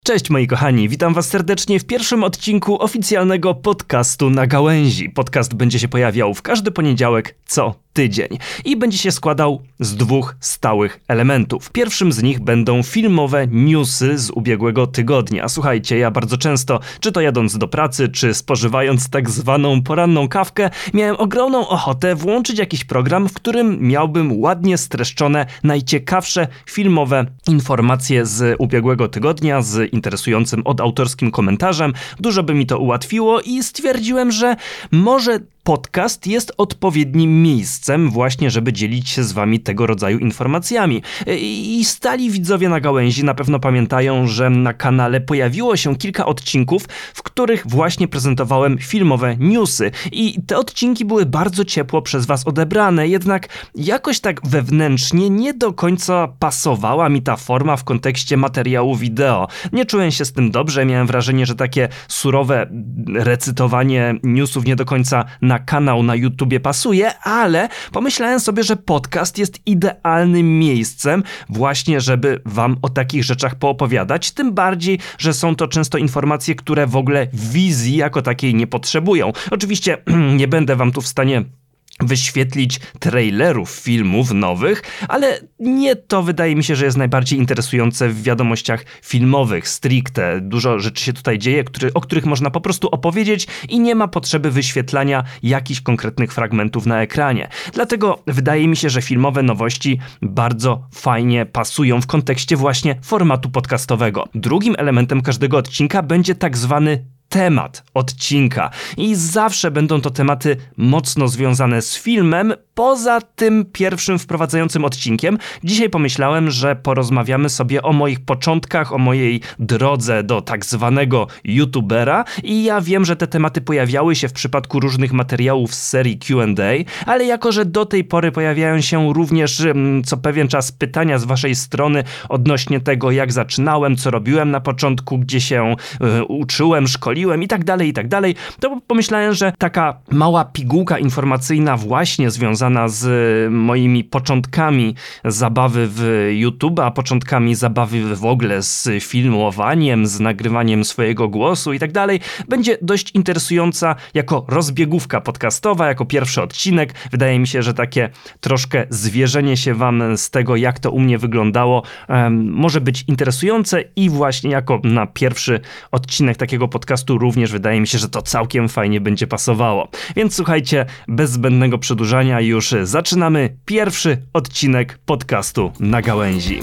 Cześć moi kochani, witam was serdecznie w pierwszym odcinku oficjalnego podcastu Na Gałęzi. Podcast będzie się pojawiał w każdy poniedziałek co tydzień i będzie się składał z dwóch stałych elementów. Pierwszym z nich będą filmowe newsy z ubiegłego tygodnia. Słuchajcie, ja bardzo często, czy to jadąc do pracy, czy spożywając tak zwaną poranną kawkę, miałem ogromną ochotę włączyć jakiś program, w którym miałbym ładnie streszczone najciekawsze filmowe informacje z ubiegłego tygodnia, z interesującym odautorskim komentarzem. Dużo by mi to ułatwiło i stwierdziłem, że może podcast jest odpowiednim miejscem właśnie, żeby dzielić się z wami tego rodzaju informacjami. I stali widzowie Na Gałęzi na pewno pamiętają, że na kanale pojawiło się kilka odcinków, w których właśnie prezentowałem filmowe newsy. I te odcinki były bardzo ciepło przez was odebrane, jednak jakoś tak wewnętrznie nie do końca pasowała mi ta forma w kontekście materiału wideo. Nie czułem się z tym dobrze, miałem wrażenie, że takie surowe recytowanie newsów nie do końca na kanał na YouTubie pasuje, ale pomyślałem sobie, że podcast jest idealnym miejscem właśnie, żeby wam o takich rzeczach poopowiadać, tym bardziej, że są to często informacje, które w ogóle wizji jako takiej nie potrzebują. Oczywiście nie będę wam tu w stanie wyświetlić trailerów filmów nowych, ale nie to wydaje mi się, że jest najbardziej interesujące w wiadomościach filmowych, stricte. Dużo rzeczy się tutaj dzieje, o których można po prostu opowiedzieć i nie ma potrzeby wyświetlania jakichś konkretnych fragmentów na ekranie. Dlatego wydaje mi się, że filmowe nowości bardzo fajnie pasują w kontekście właśnie formatu podcastowego. Drugim elementem każdego odcinka będzie tak zwany temat odcinka i zawsze będą to tematy mocno związane z filmem, poza tym pierwszym wprowadzającym odcinkiem. Dzisiaj pomyślałem, że porozmawiamy sobie o moich początkach, o mojej drodze do tak zwanego youtubera i ja wiem, że te tematy pojawiały się w przypadku różnych materiałów z serii Q&A, ale jako, że do tej pory pojawiają się również co pewien czas pytania z waszej strony odnośnie tego, jak zaczynałem, co robiłem na początku, gdzie się uczyłem, szkoliłem i tak dalej, to pomyślałem, że taka mała pigułka informacyjna właśnie związana z moimi początkami zabawy w YouTube'a, początkami zabawy w ogóle z filmowaniem, z nagrywaniem swojego głosu i tak dalej, będzie dość interesująca jako rozbiegówka podcastowa, jako pierwszy odcinek. Wydaje mi się, że takie troszkę zwierzenie się wam z tego, jak to u mnie wyglądało, może być interesujące i właśnie jako na pierwszy odcinek takiego podcastu również wydaje mi się, że to całkiem fajnie będzie pasowało. Więc słuchajcie, bez zbędnego przedłużania już zaczynamy pierwszy odcinek podcastu Na Gałęzi.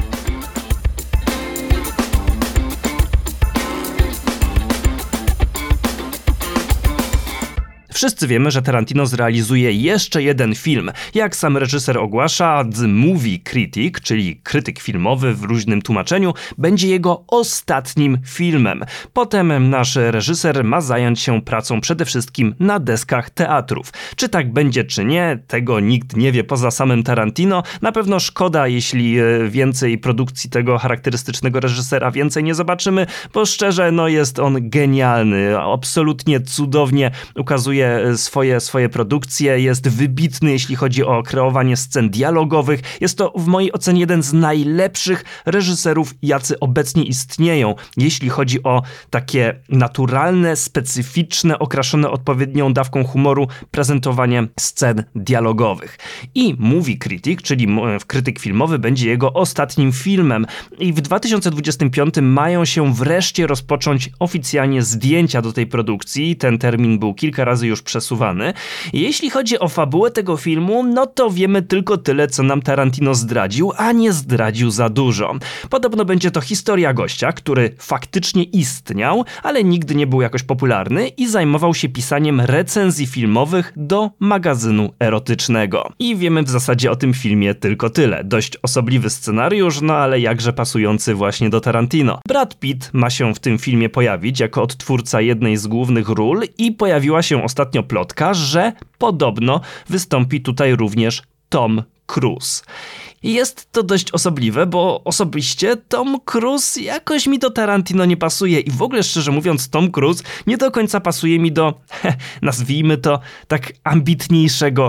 Wszyscy wiemy, że Tarantino zrealizuje jeszcze jeden film. Jak sam reżyser ogłasza, The Movie Critic, czyli krytyk filmowy w różnym tłumaczeniu, będzie jego ostatnim filmem. Potem nasz reżyser ma zająć się pracą przede wszystkim na deskach teatrów. Czy tak będzie, czy nie, tego nikt nie wie poza samym Tarantino. Na pewno szkoda, jeśli więcej produkcji tego charakterystycznego reżysera więcej nie zobaczymy, bo szczerze, jest on genialny, absolutnie cudownie ukazuje swoje produkcje, jest wybitny, jeśli chodzi o kreowanie scen dialogowych. Jest to w mojej ocenie jeden z najlepszych reżyserów, jacy obecnie istnieją, jeśli chodzi o takie naturalne, specyficzne, okraszone odpowiednią dawką humoru prezentowanie scen dialogowych. I Movie Critic, czyli krytyk filmowy, będzie jego ostatnim filmem. I w 2025 mają się wreszcie rozpocząć oficjalnie zdjęcia do tej produkcji. Ten termin był kilka razy już przesuwany. Jeśli chodzi o fabułę tego filmu, to wiemy tylko tyle, co nam Tarantino zdradził, a nie zdradził za dużo. Podobno będzie to historia gościa, który faktycznie istniał, ale nigdy nie był jakoś popularny i zajmował się pisaniem recenzji filmowych do magazynu erotycznego. I wiemy w zasadzie o tym filmie tylko tyle. Dość osobliwy scenariusz, ale jakże pasujący właśnie do Tarantino. Brad Pitt ma się w tym filmie pojawić jako odtwórca jednej z głównych ról i pojawiła się ostatnio plotka, że podobno wystąpi tutaj również Tom Cruise. Jest to dość osobliwe, bo osobiście Tom Cruise jakoś mi do Tarantino nie pasuje i w ogóle szczerze mówiąc Tom Cruise nie do końca pasuje mi do, nazwijmy to, tak ambitniejszego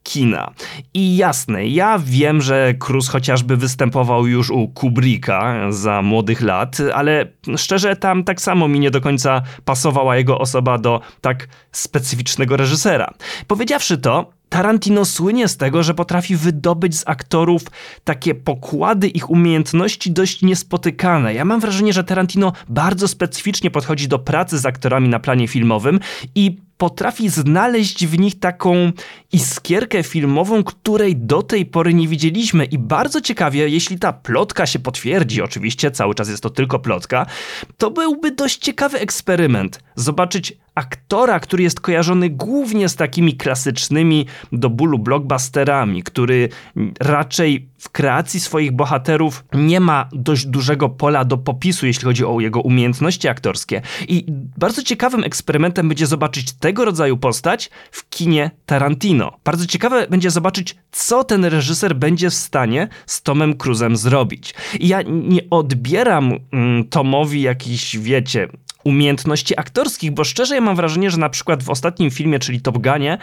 kina. I jasne, ja wiem, że Cruise chociażby występował już u Kubricka za młodych lat, ale szczerze tam tak samo mi nie do końca pasowała jego osoba do tak specyficznego reżysera. Powiedziawszy to, Tarantino słynie z tego, że potrafi wydobyć z aktorów takie pokłady ich umiejętności dość niespotykane. Ja mam wrażenie, że Tarantino bardzo specyficznie podchodzi do pracy z aktorami na planie filmowym i potrafi znaleźć w nich taką iskierkę filmową, której do tej pory nie widzieliśmy. I bardzo ciekawie, jeśli ta plotka się potwierdzi, oczywiście cały czas jest to tylko plotka, to byłby dość ciekawy eksperyment. Zobaczyć aktora, który jest kojarzony głównie z takimi klasycznymi do bólu blockbusterami, który raczej w kreacji swoich bohaterów nie ma dość dużego pola do popisu, jeśli chodzi o jego umiejętności aktorskie. I bardzo ciekawym eksperymentem będzie zobaczyć tego rodzaju postać w kinie Tarantino. Bardzo ciekawe będzie zobaczyć, co ten reżyser będzie w stanie z Tomem Cruise'em zrobić. I ja nie odbieram Tomowi jakichś, wiecie, umiejętności aktorskich, bo szczerze ja mam wrażenie, że na przykład w ostatnim filmie, czyli Top Gunie,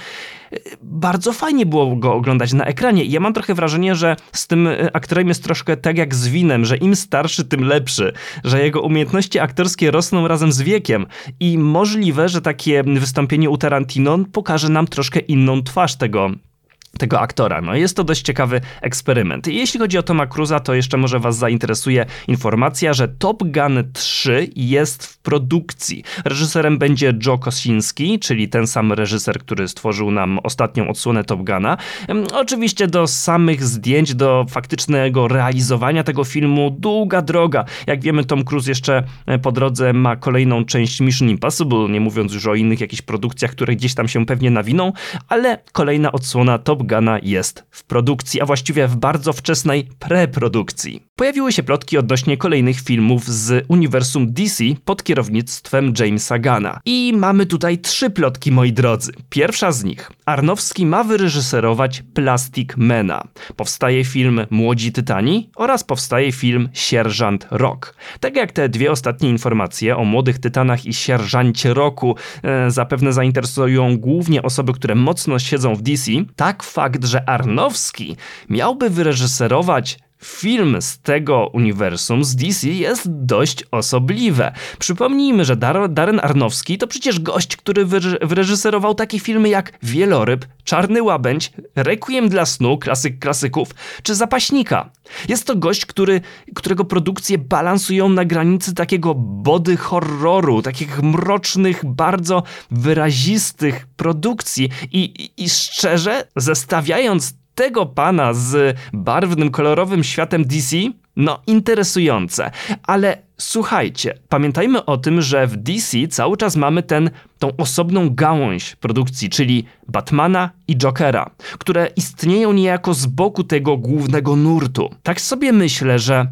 bardzo fajnie było go oglądać na ekranie. I ja mam trochę wrażenie, że z tym aktorem jest troszkę tak jak z winem, że im starszy, tym lepszy, że jego umiejętności aktorskie rosną razem z wiekiem i możliwe, że takie wystąpienie u Tarantino pokaże nam troszkę inną twarz tego aktora. No jest to dość ciekawy eksperyment. I jeśli chodzi o Toma Cruise'a, to jeszcze może was zainteresuje informacja, że Top Gun 3 jest w produkcji. Reżyserem będzie Joe Kosinski, czyli ten sam reżyser, który stworzył nam ostatnią odsłonę Top Guna. Oczywiście do samych zdjęć, do faktycznego realizowania tego filmu długa droga. Jak wiemy, Tom Cruise jeszcze po drodze ma kolejną część Mission Impossible, nie mówiąc już o innych jakichś produkcjach, które gdzieś tam się pewnie nawiną, ale kolejna odsłona Top Guna jest w produkcji, a właściwie w bardzo wczesnej preprodukcji. Pojawiły się plotki odnośnie kolejnych filmów z uniwersum DC pod kierownictwem Jamesa Gunna. I mamy tutaj 3 plotki, moi drodzy. Pierwsza z nich. Aronofsky ma wyreżyserować Plastic Mana. Powstaje film Młodzi Tytani oraz powstaje film Sierżant Rock. Tak jak te 2 ostatnie informacje o Młodych Tytanach i Sierżancie Rocku zapewne zainteresują głównie osoby, które mocno siedzą w DC, tak fakt, że Aronofsky miałby wyreżyserować film z tego uniwersum, z DC, jest dość osobliwe. Przypomnijmy, że Darren Aronofsky to przecież gość, który wyreżyserował takie filmy jak Wieloryb, Czarny Łabędź, Requiem dla snu, klasyk klasyków, czy Zapaśnika. Jest to gość, którego produkcje balansują na granicy takiego body horroru, takich mrocznych, bardzo wyrazistych produkcji i szczerze, zestawiając tego pana z barwnym, kolorowym światem DC, no interesujące. Ale słuchajcie, pamiętajmy o tym, że w DC cały czas mamy tą osobną gałąź produkcji, czyli Batmana i Jokera, które istnieją niejako z boku tego głównego nurtu. Tak sobie myślę, że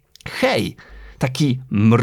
hej, taki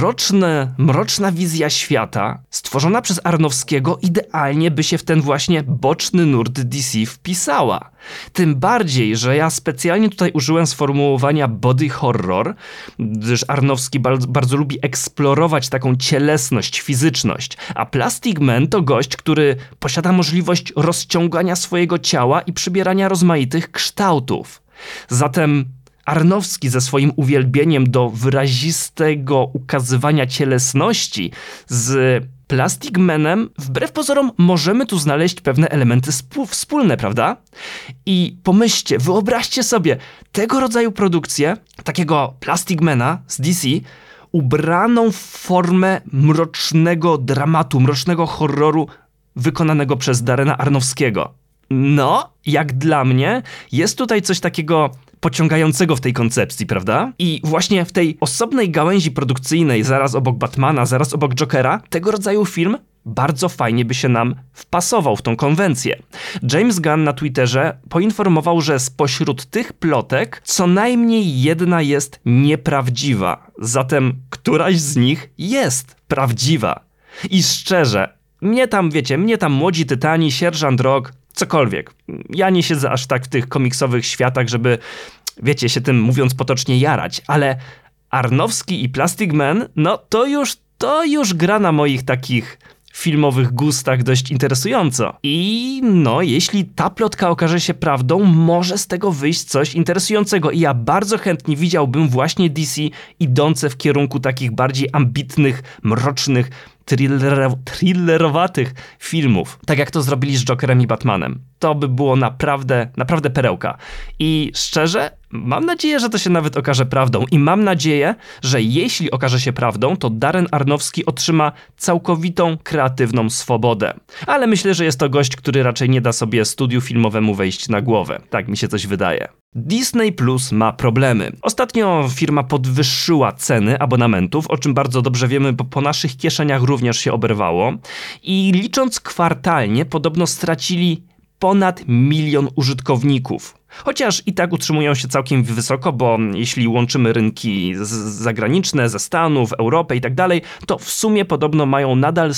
mroczna wizja świata stworzona przez Aronofskiego idealnie by się w ten właśnie boczny nurt DC wpisała. Tym bardziej, że ja specjalnie tutaj użyłem sformułowania body horror, gdyż Aronofsky bardzo lubi eksplorować taką cielesność, fizyczność, a Plastic Man to gość, który posiada możliwość rozciągania swojego ciała i przybierania rozmaitych kształtów. Zatem Aronofsky ze swoim uwielbieniem do wyrazistego ukazywania cielesności z Plastic Manem, wbrew pozorom możemy tu znaleźć pewne elementy wspólne, prawda? I pomyślcie, wyobraźcie sobie tego rodzaju produkcję, takiego Plastic Mana z DC, ubraną w formę mrocznego dramatu, mrocznego horroru wykonanego przez Darrena Aronofskiego. No, jak dla mnie, jest tutaj coś takiego pociągającego w tej koncepcji, prawda? I właśnie w tej osobnej gałęzi produkcyjnej, zaraz obok Batmana, zaraz obok Jokera, tego rodzaju film bardzo fajnie by się nam wpasował w tą konwencję. James Gunn na Twitterze poinformował, że spośród tych plotek co najmniej jedna jest nieprawdziwa. Zatem któraś z nich jest prawdziwa. I szczerze, mnie tam Młodzi Tytani, Sierżant Rock, cokolwiek. Ja nie siedzę aż tak w tych komiksowych światach, żeby, wiecie, się tym, mówiąc potocznie, jarać, ale Aronofsky i Plastic Man, no to już gra na moich takich filmowych gustach dość interesująco. I no, jeśli ta plotka okaże się prawdą, może z tego wyjść coś interesującego. I ja bardzo chętnie widziałbym właśnie DC idące w kierunku takich bardziej ambitnych, mrocznych, thrillerowatych filmów. Tak jak to zrobili z Jokerem i Batmanem. To by było naprawdę perełka. I szczerze, mam nadzieję, że to się nawet okaże prawdą. I mam nadzieję, że jeśli okaże się prawdą, to Darren Aronofsky otrzyma całkowitą kreatywną swobodę. Ale myślę, że jest to gość, który raczej nie da sobie studiu filmowemu wejść na głowę. Tak mi się coś wydaje. Disney Plus ma problemy. Ostatnio firma podwyższyła ceny abonamentów, o czym bardzo dobrze wiemy, bo po naszych kieszeniach również się oberwało. I licząc kwartalnie, podobno stracili ponad 1 milion użytkowników. Chociaż i tak utrzymują się całkiem wysoko, bo jeśli łączymy rynki zagraniczne, ze Stanów, Europę i tak dalej, to w sumie podobno mają nadal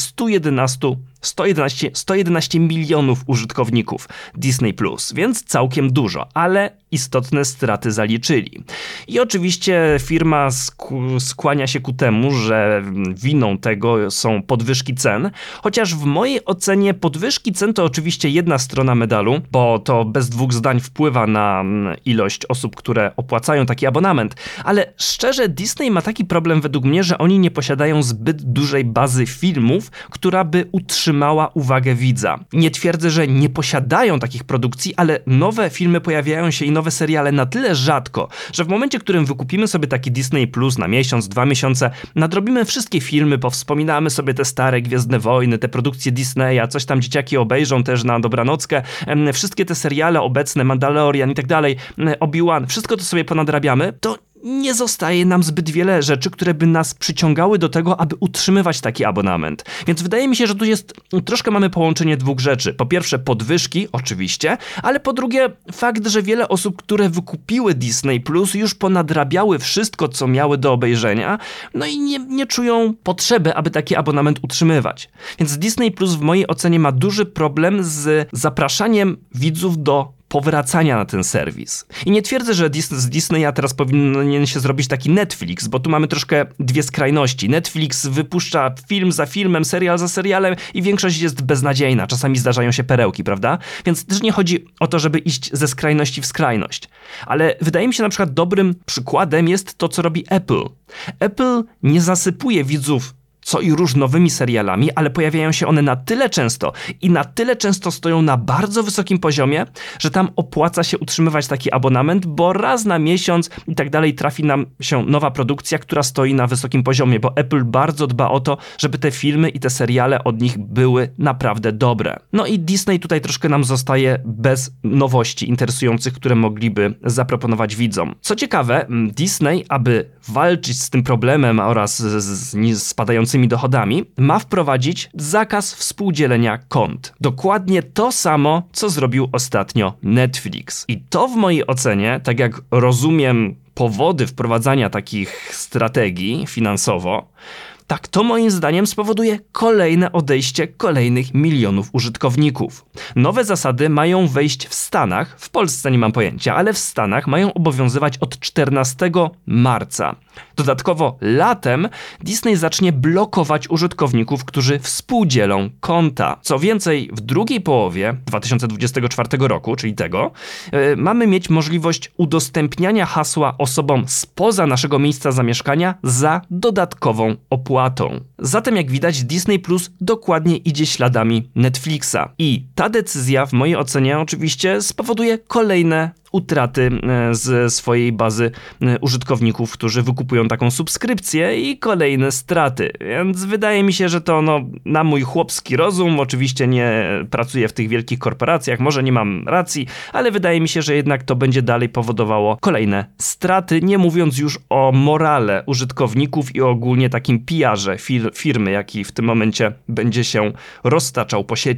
111 milionów użytkowników Disney+, więc całkiem dużo, ale istotne straty zaliczyli. I oczywiście firma skłania się ku temu, że winą tego są podwyżki cen, chociaż w mojej ocenie podwyżki cen to oczywiście jedna strona medalu, bo to bez dwóch zdań wpływa na ilość osób, które opłacają taki abonament, ale szczerze Disney ma taki problem według mnie, że oni nie posiadają zbyt dużej bazy filmów, która by utrzymała uwagę widza. Nie twierdzę, że nie posiadają takich produkcji, ale nowe filmy pojawiają się i nowe seriale na tyle rzadko, że w momencie, w którym wykupimy sobie taki Disney Plus na miesiąc, 2 miesiące, nadrobimy wszystkie filmy, powspominamy sobie te stare Gwiezdne Wojny, te produkcje Disneya, coś tam dzieciaki obejrzą też na dobranockę, wszystkie te seriale obecne, Mandalorian i tak dalej, Obi-Wan, wszystko to sobie ponadrabiamy, to nie zostaje nam zbyt wiele rzeczy, które by nas przyciągały do tego, aby utrzymywać taki abonament. Więc wydaje mi się, że tu jest, troszkę mamy połączenie dwóch rzeczy. Po pierwsze podwyżki, oczywiście, ale po drugie fakt, że wiele osób, które wykupiły Disney Plus już ponadrabiały wszystko, co miały do obejrzenia, no i nie czują potrzeby, aby taki abonament utrzymywać. Więc Disney Plus w mojej ocenie ma duży problem z zapraszaniem widzów do powracania na ten serwis. I nie twierdzę, że z Disneya teraz powinien się zrobić taki Netflix, bo tu mamy troszkę dwie skrajności. Netflix wypuszcza film za filmem, serial za serialem i większość jest beznadziejna. Czasami zdarzają się perełki, prawda? Więc też nie chodzi o to, żeby iść ze skrajności w skrajność. Ale wydaje mi się na przykład dobrym przykładem jest to, co robi Apple. Apple nie zasypuje widzów co i róż nowymi serialami, ale pojawiają się one na tyle często i na tyle często stoją na bardzo wysokim poziomie, że tam opłaca się utrzymywać taki abonament, bo raz na miesiąc i tak dalej trafi nam się nowa produkcja, która stoi na wysokim poziomie, bo Apple bardzo dba o to, żeby te filmy i te seriale od nich były naprawdę dobre. No i Disney tutaj troszkę nam zostaje bez nowości interesujących, które mogliby zaproponować widzom. Co ciekawe, Disney, aby walczyć z tym problemem oraz z spadającymi dochodami, ma wprowadzić zakaz współdzielenia kont. Dokładnie to samo, co zrobił ostatnio Netflix. I to w mojej ocenie, tak jak rozumiem powody wprowadzania takich strategii finansowo, tak to moim zdaniem spowoduje kolejne odejście kolejnych milionów użytkowników. Nowe zasady mają wejść w Stanach, w Polsce nie mam pojęcia, ale w Stanach mają obowiązywać od 14 marca. Dodatkowo latem Disney zacznie blokować użytkowników, którzy współdzielą konta. Co więcej, w drugiej połowie 2024 roku, czyli tego, mamy mieć możliwość udostępniania hasła osobom spoza naszego miejsca zamieszkania za dodatkową opłatą. Zatem jak widać Disney Plus dokładnie idzie śladami Netflixa. I ta decyzja w mojej ocenie oczywiście spowoduje kolejne utraty z swojej bazy użytkowników, którzy wykupują taką subskrypcję i kolejne straty. Więc wydaje mi się, że to na mój chłopski rozum, oczywiście nie pracuję w tych wielkich korporacjach, może nie mam racji, ale wydaje mi się, że jednak to będzie dalej powodowało kolejne straty, nie mówiąc już o morale użytkowników i ogólnie takim PR-ze firmy, jaki w tym momencie będzie się roztaczał po sieci.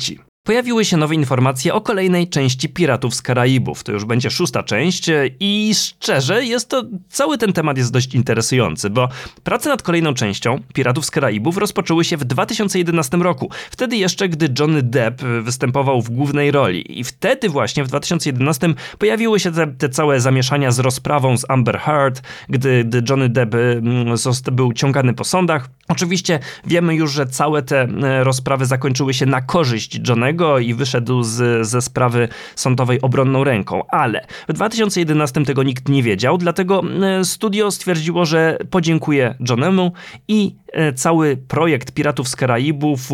pojawiły się nowe informacje o kolejnej części Piratów z Karaibów. To już będzie 6. część i szczerze, cały ten temat jest dość interesujący, bo prace nad kolejną częścią Piratów z Karaibów rozpoczęły się w 2011 roku. Wtedy jeszcze, gdy Johnny Depp występował w głównej roli. I wtedy właśnie, w 2011 pojawiły się te całe zamieszania z rozprawą z Amber Heard, gdy Johnny Depp był ciągany po sądach. Oczywiście wiemy już, że całe te rozprawy zakończyły się na korzyść Johnego i wyszedł ze sprawy sądowej obronną ręką, ale w 2011 tego nikt nie wiedział, dlatego studio stwierdziło, że podziękuje Johnemu i cały projekt Piratów z Karaibów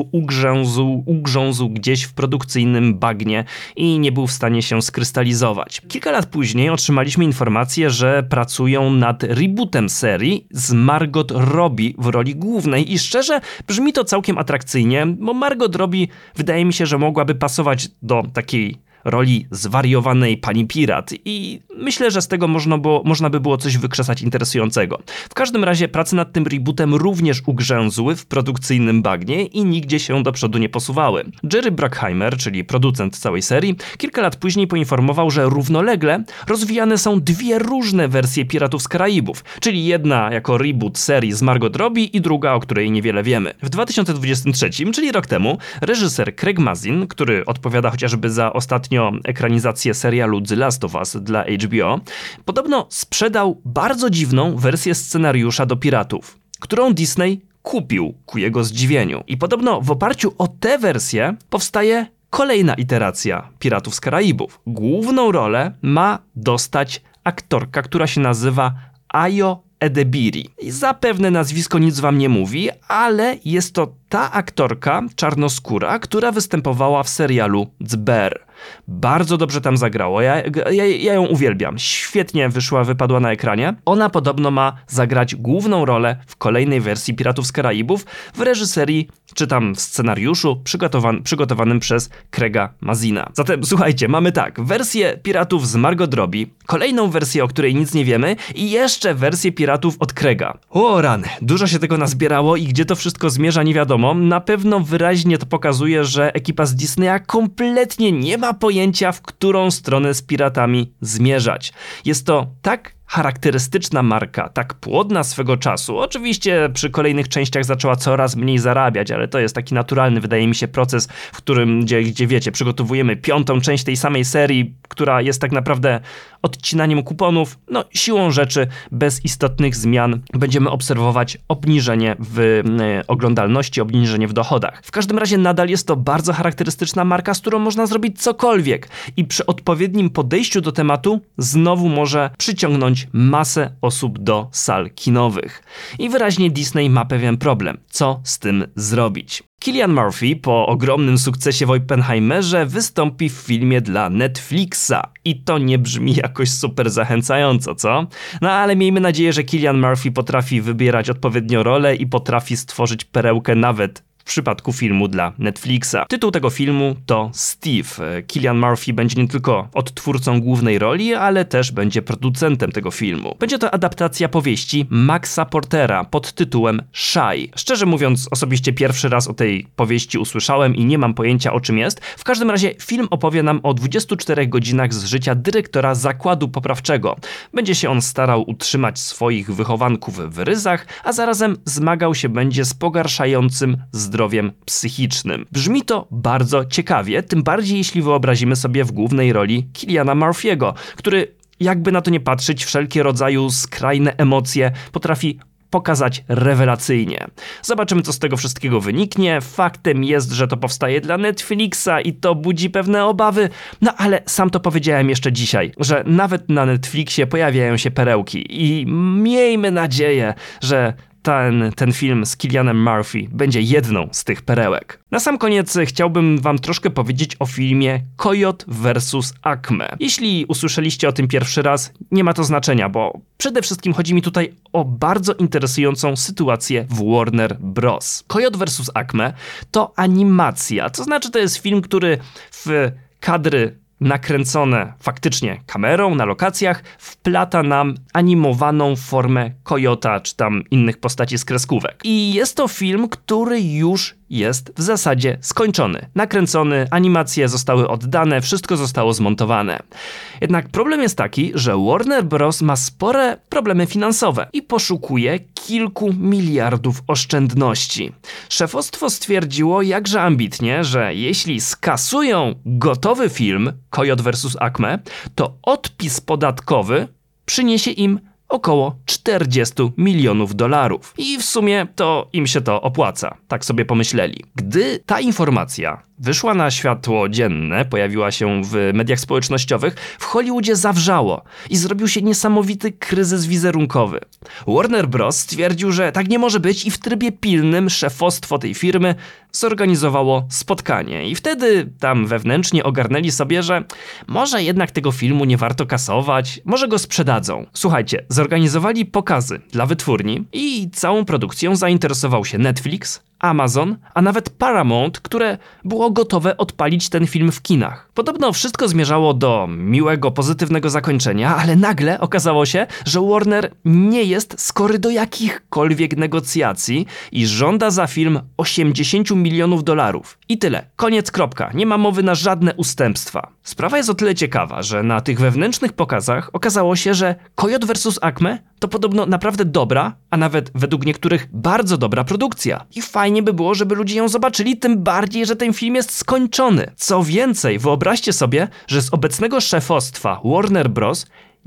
ugrzązł gdzieś w produkcyjnym bagnie i nie był w stanie się skrystalizować. Kilka lat później otrzymaliśmy informację, że pracują nad rebootem serii z Margot Robbie w roli głównej i szczerze brzmi to całkiem atrakcyjnie, bo Margot Robbie wydaje mi się, że mogłaby pasować do takiej roli zwariowanej pani pirat i myślę, że z tego można by było coś wykrzesać interesującego. W każdym razie prace nad tym rebootem również ugrzęzły w produkcyjnym bagnie i nigdzie się do przodu nie posuwały. Jerry Bruckheimer, czyli producent całej serii, kilka lat później poinformował, że równolegle rozwijane są dwie różne wersje Piratów z Karaibów, czyli jedna jako reboot serii z Margot Robbie i druga, o której niewiele wiemy. W 2023, czyli rok temu, reżyser Craig Mazin, który odpowiada chociażby za ostatnio ekranizację serialu The Last of Us dla HBO, podobno sprzedał bardzo dziwną wersję scenariusza do Piratów, którą Disney kupił ku jego zdziwieniu. I podobno w oparciu o tę wersję powstaje kolejna iteracja Piratów z Karaibów. Główną rolę ma dostać aktorka, która się nazywa Ayo Edebiri. I zapewne nazwisko nic wam nie mówi, ale jest to ta aktorka czarnoskóra, która występowała w serialu Dzber. Bardzo dobrze tam zagrała. Ja ją uwielbiam. Świetnie wypadła na ekranie. Ona podobno ma zagrać główną rolę w kolejnej wersji Piratów z Karaibów w reżyserii, czy tam w scenariuszu przygotowanym przez Craiga Mazina. Zatem słuchajcie, mamy tak, wersję Piratów z Margot Robbie, kolejną wersję, o której nic nie wiemy i jeszcze wersję Piratów od Craiga. O rany, dużo się tego nazbierało i gdzie to wszystko zmierza nie wiadomo. Na pewno wyraźnie to pokazuje, że ekipa z Disneya kompletnie nie ma pojęcia, w którą stronę z piratami zmierzać. Jest to tak charakterystyczna marka, tak płodna swego czasu. Oczywiście przy kolejnych częściach zaczęła coraz mniej zarabiać, ale to jest taki naturalny, wydaje mi się, proces, w którym, gdzie wiecie, przygotowujemy 5. część tej samej serii, która jest tak naprawdę odcinaniem kuponów. No, siłą rzeczy, bez istotnych zmian będziemy obserwować obniżenie w oglądalności, obniżenie w dochodach. W każdym razie nadal jest to bardzo charakterystyczna marka, z którą można zrobić cokolwiek i przy odpowiednim podejściu do tematu znowu może przyciągnąć masę osób do sal kinowych. I wyraźnie Disney ma pewien problem. Co z tym zrobić? Cillian Murphy po ogromnym sukcesie w Oppenheimerze wystąpi w filmie dla Netflixa. I to nie brzmi jakoś super zachęcająco, co? No ale miejmy nadzieję, że Cillian Murphy potrafi wybierać odpowiednio rolę i potrafi stworzyć perełkę nawet w przypadku filmu dla Netflixa. Tytuł tego filmu to Steve. Cillian Murphy będzie nie tylko odtwórcą głównej roli, ale też będzie producentem tego filmu. Będzie to adaptacja powieści Maxa Portera pod tytułem Shy. Szczerze mówiąc, osobiście pierwszy raz o tej powieści usłyszałem i nie mam pojęcia, o czym jest. W każdym razie film opowie nam o 24 godzinach z życia dyrektora zakładu poprawczego. Będzie się on starał utrzymać swoich wychowanków w ryzach, a zarazem zmagał się będzie z pogarszającym zdrowiem psychicznym. Brzmi to bardzo ciekawie, tym bardziej jeśli wyobrazimy sobie w głównej roli Cilliana Murphy'ego, który jakby na to nie patrzeć, wszelkie rodzaju skrajne emocje potrafi pokazać rewelacyjnie. Zobaczymy, co z tego wszystkiego wyniknie. Faktem jest, że to powstaje dla Netflixa i to budzi pewne obawy, no ale sam to powiedziałem jeszcze dzisiaj, że nawet na Netflixie pojawiają się perełki i miejmy nadzieję, że ten film z Cillianem Murphy będzie jedną z tych perełek. Na sam koniec chciałbym wam troszkę powiedzieć o filmie Coyote vs. Acme. Jeśli usłyszeliście o tym pierwszy raz, nie ma to znaczenia, bo przede wszystkim chodzi mi tutaj o bardzo interesującą sytuację w Warner Bros. Coyote vs. Acme to animacja, to znaczy to jest film, który w kadry nakręcone faktycznie kamerą na lokacjach wplata nam animowaną formę kojota czy tam innych postaci z kreskówek. I jest to film, który już jest w zasadzie skończony. Nakręcony, animacje zostały oddane, wszystko zostało zmontowane. Jednak problem jest taki, że Warner Bros. Ma spore problemy finansowe i poszukuje kilku miliardów oszczędności. Szefostwo stwierdziło jakże ambitnie, że jeśli skasują gotowy film Coyote vs. Acme, to odpis podatkowy przyniesie im około $40 milionów. I w sumie to im się to opłaca, tak sobie pomyśleli. Gdy ta informacja wyszła na światło dzienne, pojawiła się w mediach społecznościowych, w Hollywoodzie zawrzało i zrobił się niesamowity kryzys wizerunkowy. Warner Bros. Stwierdził, że tak nie może być i w trybie pilnym szefostwo tej firmy zorganizowało spotkanie. I wtedy tam wewnętrznie ogarnęli sobie, że może jednak tego filmu nie warto kasować, może go sprzedadzą. Słuchajcie, zorganizowali pokazy dla wytwórni i całą produkcją zainteresował się Netflix, Amazon, a nawet Paramount, które było gotowe odpalić ten film w kinach. Podobno wszystko zmierzało do miłego, pozytywnego zakończenia, ale nagle okazało się, że Warner nie jest skory do jakichkolwiek negocjacji i żąda za film $80 milionów. I tyle. Koniec, kropka. Nie ma mowy na żadne ustępstwa. Sprawa jest o tyle ciekawa, że na tych wewnętrznych pokazach okazało się, że Coyote vs. Acme to podobno naprawdę dobra, a nawet według niektórych bardzo dobra produkcja. I fajnie by było, żeby ludzie ją zobaczyli, tym bardziej, że ten film jest skończony. Co więcej, wyobraźcie sobie, że z obecnego szefostwa Warner Bros.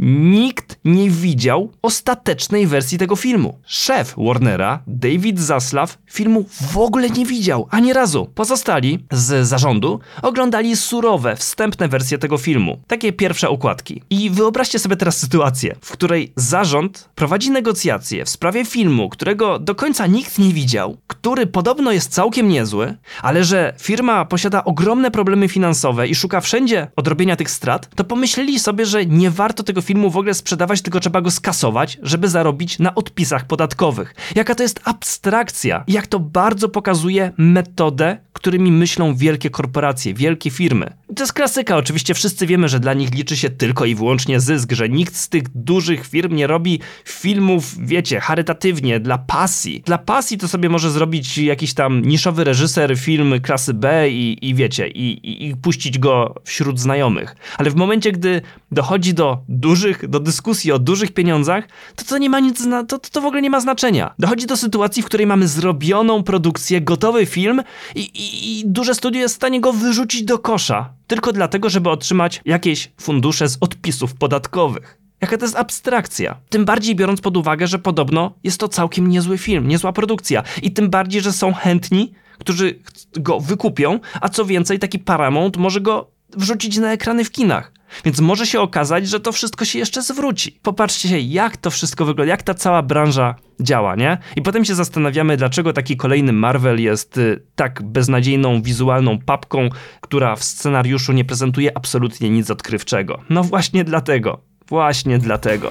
Nikt nie widział ostatecznej wersji tego filmu. Szef Warnera, David Zaslav, filmu w ogóle nie widział, ani razu. Pozostali z zarządu oglądali surowe, wstępne wersje tego filmu. Takie pierwsze okładki. I wyobraźcie sobie teraz sytuację, w której zarząd prowadzi negocjacje w sprawie filmu, którego do końca nikt nie widział, który podobno jest całkiem niezły, ale że firma posiada ogromne problemy finansowe i szuka wszędzie odrobienia tych strat, to pomyśleli sobie, że nie warto tego filmu w ogóle sprzedawać, tylko trzeba go skasować, żeby zarobić na odpisach podatkowych. Jaka to jest abstrakcja i jak to bardzo pokazuje metodę, którymi myślą wielkie korporacje, wielkie firmy. To jest klasyka, oczywiście wszyscy wiemy, że dla nich liczy się tylko i wyłącznie zysk, że nikt z tych dużych firm nie robi filmów, wiecie, charytatywnie, dla pasji. Dla pasji to sobie może zrobić jakiś tam niszowy reżyser film klasy B i wiecie, i puścić go wśród znajomych. Ale w momencie, gdy dochodzi do dyskusji o dużych pieniądzach, to nie ma nic, to w ogóle nie ma znaczenia. Dochodzi do sytuacji, w której mamy zrobioną produkcję, gotowy film i duże studio jest w stanie go wyrzucić do kosza, tylko dlatego, żeby otrzymać jakieś fundusze z odpisów podatkowych. Jaka to jest abstrakcja. Tym bardziej biorąc pod uwagę, że podobno jest to całkiem niezły film, niezła produkcja. I tym bardziej, że są chętni, którzy go wykupią, a co więcej, taki Paramount może go wrzucić na ekrany w kinach. Więc może się okazać, że to wszystko się jeszcze zwróci. Popatrzcie się, jak to wszystko wygląda, jak ta cała branża działa, nie? I potem się zastanawiamy, dlaczego taki kolejny Marvel jest tak beznadziejną, wizualną papką, która w scenariuszu nie prezentuje absolutnie nic odkrywczego. No właśnie dlatego. Właśnie dlatego.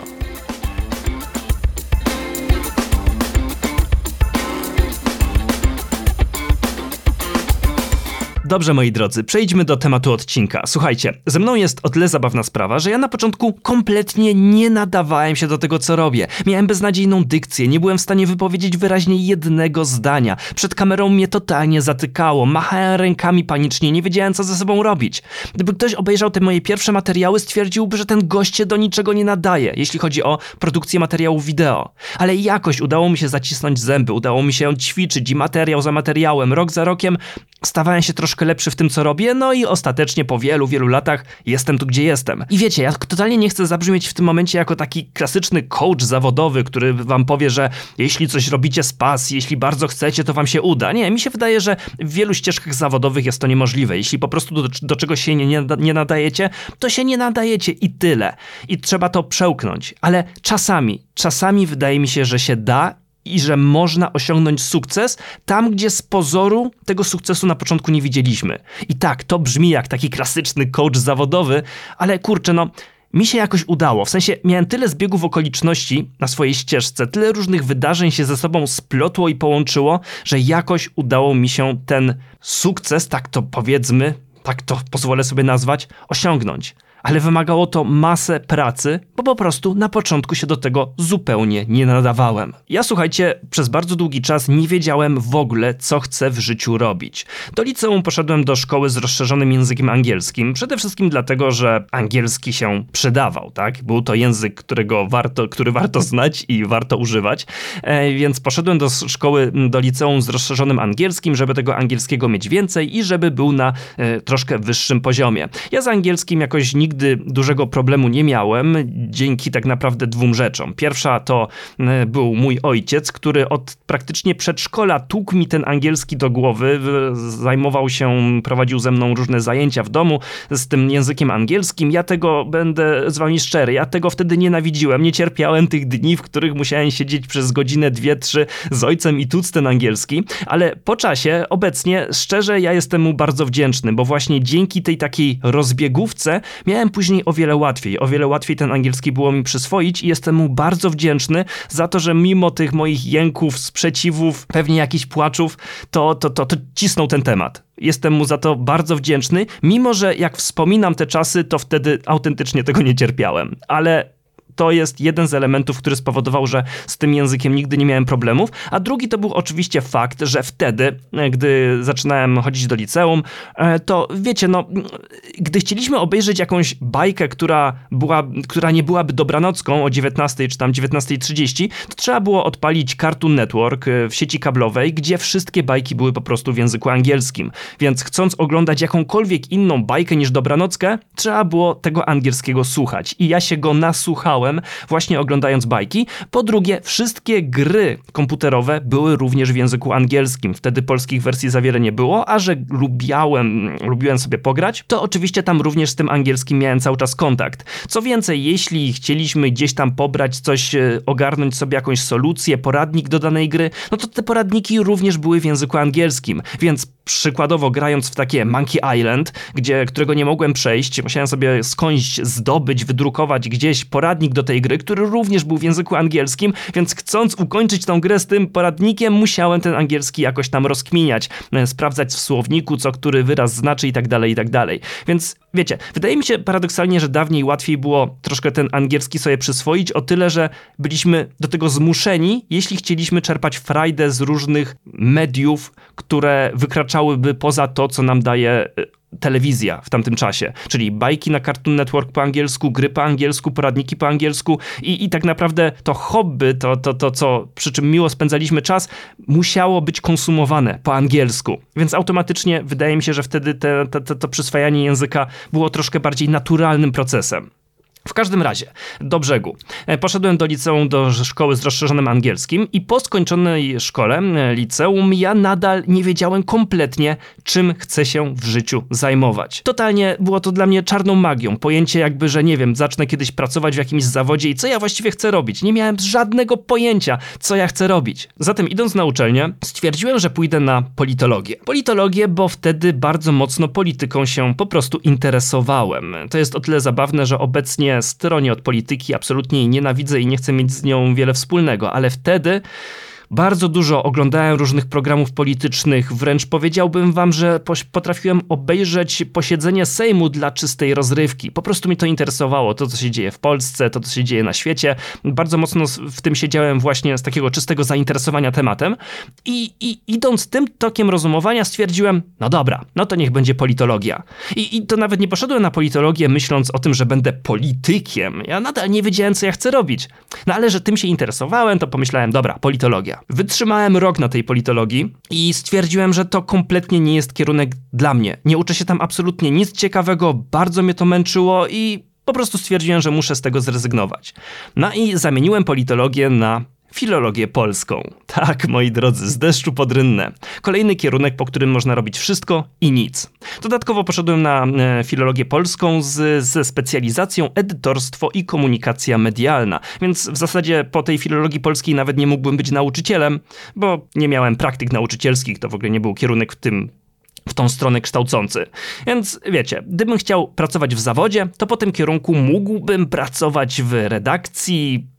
Dobrze, moi drodzy, przejdźmy do tematu odcinka. Słuchajcie, ze mną jest o tyle zabawna sprawa, że ja na początku kompletnie nie nadawałem się do tego, co robię. Miałem beznadziejną dykcję, nie byłem w stanie wypowiedzieć wyraźnie jednego zdania. Przed kamerą mnie totalnie zatykało, machałem rękami panicznie, nie wiedziałem, co ze sobą robić. Gdyby ktoś obejrzał te moje pierwsze materiały, stwierdziłby, że ten gość się do niczego nie nadaje, jeśli chodzi o produkcję materiałów wideo. Ale jakoś udało mi się zacisnąć zęby, udało mi się ćwiczyć i materiał za materiałem, rok za rokiem stawałem się troszkę lepszy w tym, co robię, no i ostatecznie po wielu, wielu latach jestem tu, gdzie jestem. I wiecie, ja totalnie nie chcę zabrzmieć w tym momencie jako taki klasyczny coach zawodowy, który wam powie, że jeśli coś robicie z pasji, jeśli bardzo chcecie, to wam się uda. Nie, mi się wydaje, że w wielu ścieżkach zawodowych jest to niemożliwe. Jeśli po prostu do czegoś się nie nadajecie, to się nie nadajecie i tyle. I trzeba to przełknąć. Ale czasami wydaje mi się, że się da i że można osiągnąć sukces tam, gdzie z pozoru tego sukcesu na początku nie widzieliśmy. I tak, to brzmi jak taki klasyczny coach zawodowy, ale kurczę, no, mi się jakoś udało. W sensie miałem tyle zbiegów okoliczności na swojej ścieżce, tyle różnych wydarzeń się ze sobą splotło i połączyło, że jakoś udało mi się ten sukces, tak to powiedzmy, tak to pozwolę sobie nazwać, osiągnąć. ale wymagało to masę pracy, bo po prostu na początku się do tego zupełnie nie nadawałem. Ja, słuchajcie, przez bardzo długi czas nie wiedziałem w ogóle, co chcę w życiu robić. Do liceum poszedłem do szkoły z rozszerzonym językiem angielskim, przede wszystkim dlatego, że angielski się przydawał, tak? Był to język, który warto znać i warto używać, więc poszedłem do szkoły, do liceum z rozszerzonym angielskim, żeby tego angielskiego mieć więcej i żeby był na troszkę wyższym poziomie. Ja z angielskim jakoś nigdy dużego problemu nie miałem, dzięki tak naprawdę dwóm rzeczom. Pierwsza to był mój ojciec, który od praktycznie przedszkola tłukł mi ten angielski do głowy, prowadził ze mną różne zajęcia w domu z tym językiem angielskim. Ja tego, będę z wami szczery, ja tego wtedy nienawidziłem, nie cierpiałem tych dni, w których musiałem siedzieć przez godzinę, 2-3 z ojcem i tłuc ten angielski, ale po czasie, obecnie, szczerze, ja jestem mu bardzo wdzięczny, bo właśnie dzięki tej takiej rozbiegówce miałem później o wiele łatwiej ten angielski było mi przyswoić i jestem mu bardzo wdzięczny za to, że mimo tych moich jęków, sprzeciwów, pewnie jakichś płaczów, to cisnął ten temat. Jestem mu za to bardzo wdzięczny, mimo że jak wspominam te czasy, to wtedy autentycznie tego nie cierpiałem, ale to jest jeden z elementów, który spowodował, że z tym językiem nigdy nie miałem problemów, a drugi to był oczywiście fakt, że wtedy, gdy zaczynałem chodzić do liceum, to wiecie, gdy chcieliśmy obejrzeć jakąś bajkę, która nie byłaby dobranocką o 19 czy tam 19:30, to trzeba było odpalić Cartoon Network w sieci kablowej, gdzie wszystkie bajki były po prostu w języku angielskim, więc chcąc oglądać jakąkolwiek inną bajkę niż dobranockę, trzeba było tego angielskiego słuchać i ja się go nasłuchałem właśnie oglądając bajki. Po drugie, wszystkie gry komputerowe były również w języku angielskim. Wtedy polskich wersji za wiele nie było, a że lubiłem sobie pograć, to oczywiście tam również z tym angielskim miałem cały czas kontakt. Co więcej, jeśli chcieliśmy gdzieś tam pobrać coś, ogarnąć sobie jakąś solucję, poradnik do danej gry, no to te poradniki również były w języku angielskim, więc przykładowo grając w takie Monkey Island, którego nie mogłem przejść, musiałem sobie skądś zdobyć, wydrukować gdzieś poradnik do tej gry, który również był w języku angielskim, więc chcąc ukończyć tą grę z tym poradnikiem, musiałem ten angielski jakoś tam rozkminiać, sprawdzać w słowniku, co który wyraz znaczy i tak dalej. Więc wiecie, wydaje mi się paradoksalnie, że dawniej łatwiej było troszkę ten angielski sobie przyswoić, o tyle, że byliśmy do tego zmuszeni, jeśli chcieliśmy czerpać frajdę z różnych mediów, które wykraczałyby poza to, co nam daje telewizja w tamtym czasie, czyli bajki na Cartoon Network po angielsku, gry po angielsku, poradniki po angielsku i tak naprawdę to hobby, co przy czym miło spędzaliśmy czas, musiało być konsumowane po angielsku, więc automatycznie wydaje mi się, że wtedy to przyswajanie języka było troszkę bardziej naturalnym procesem. W każdym razie, do brzegu. Poszedłem do liceum, do szkoły z rozszerzonym angielskim i po skończonej szkole, liceum, ja nadal nie wiedziałem kompletnie, czym chcę się w życiu zajmować. Totalnie było to dla mnie czarną magią. Pojęcie jakby, że nie wiem, zacznę kiedyś pracować w jakimś zawodzie i co ja właściwie chcę robić. Nie miałem żadnego pojęcia, co ja chcę robić. Zatem idąc na uczelnię, stwierdziłem, że pójdę na politologię. Politologię, bo wtedy bardzo mocno polityką się po prostu interesowałem. To jest o tyle zabawne, że obecnie stronię od polityki, absolutnie jej nienawidzę i nie chcę mieć z nią wiele wspólnego, ale wtedy bardzo dużo oglądałem różnych programów politycznych, wręcz powiedziałbym wam, że potrafiłem obejrzeć posiedzenie Sejmu dla czystej rozrywki. Po prostu mnie to interesowało, to co się dzieje w Polsce, to co się dzieje na świecie. Bardzo mocno w tym siedziałem właśnie z takiego czystego zainteresowania tematem i idąc tym tokiem rozumowania stwierdziłem, no dobra, no to niech będzie politologia. I to nawet nie poszedłem na politologię myśląc o tym, że będę politykiem. Ja nadal nie wiedziałem, co ja chcę robić. No ale że tym się interesowałem, to pomyślałem, dobra, politologia. Wytrzymałem rok na tej politologii i stwierdziłem, że to kompletnie nie jest kierunek dla mnie. Nie uczę się tam absolutnie nic ciekawego, bardzo mnie to męczyło i po prostu stwierdziłem, że muszę z tego zrezygnować. No i zamieniłem politologię na filologię polską. Tak, moi drodzy, z deszczu pod rynnę. Kolejny kierunek, po którym można robić wszystko i nic. Dodatkowo poszedłem na filologię polską ze specjalizacją edytorstwo i komunikacja medialna. Więc w zasadzie po tej filologii polskiej nawet nie mógłbym być nauczycielem, bo nie miałem praktyk nauczycielskich, to w ogóle nie był kierunek w tą stronę kształcący. Więc wiecie, gdybym chciał pracować w zawodzie, to po tym kierunku mógłbym pracować w redakcji,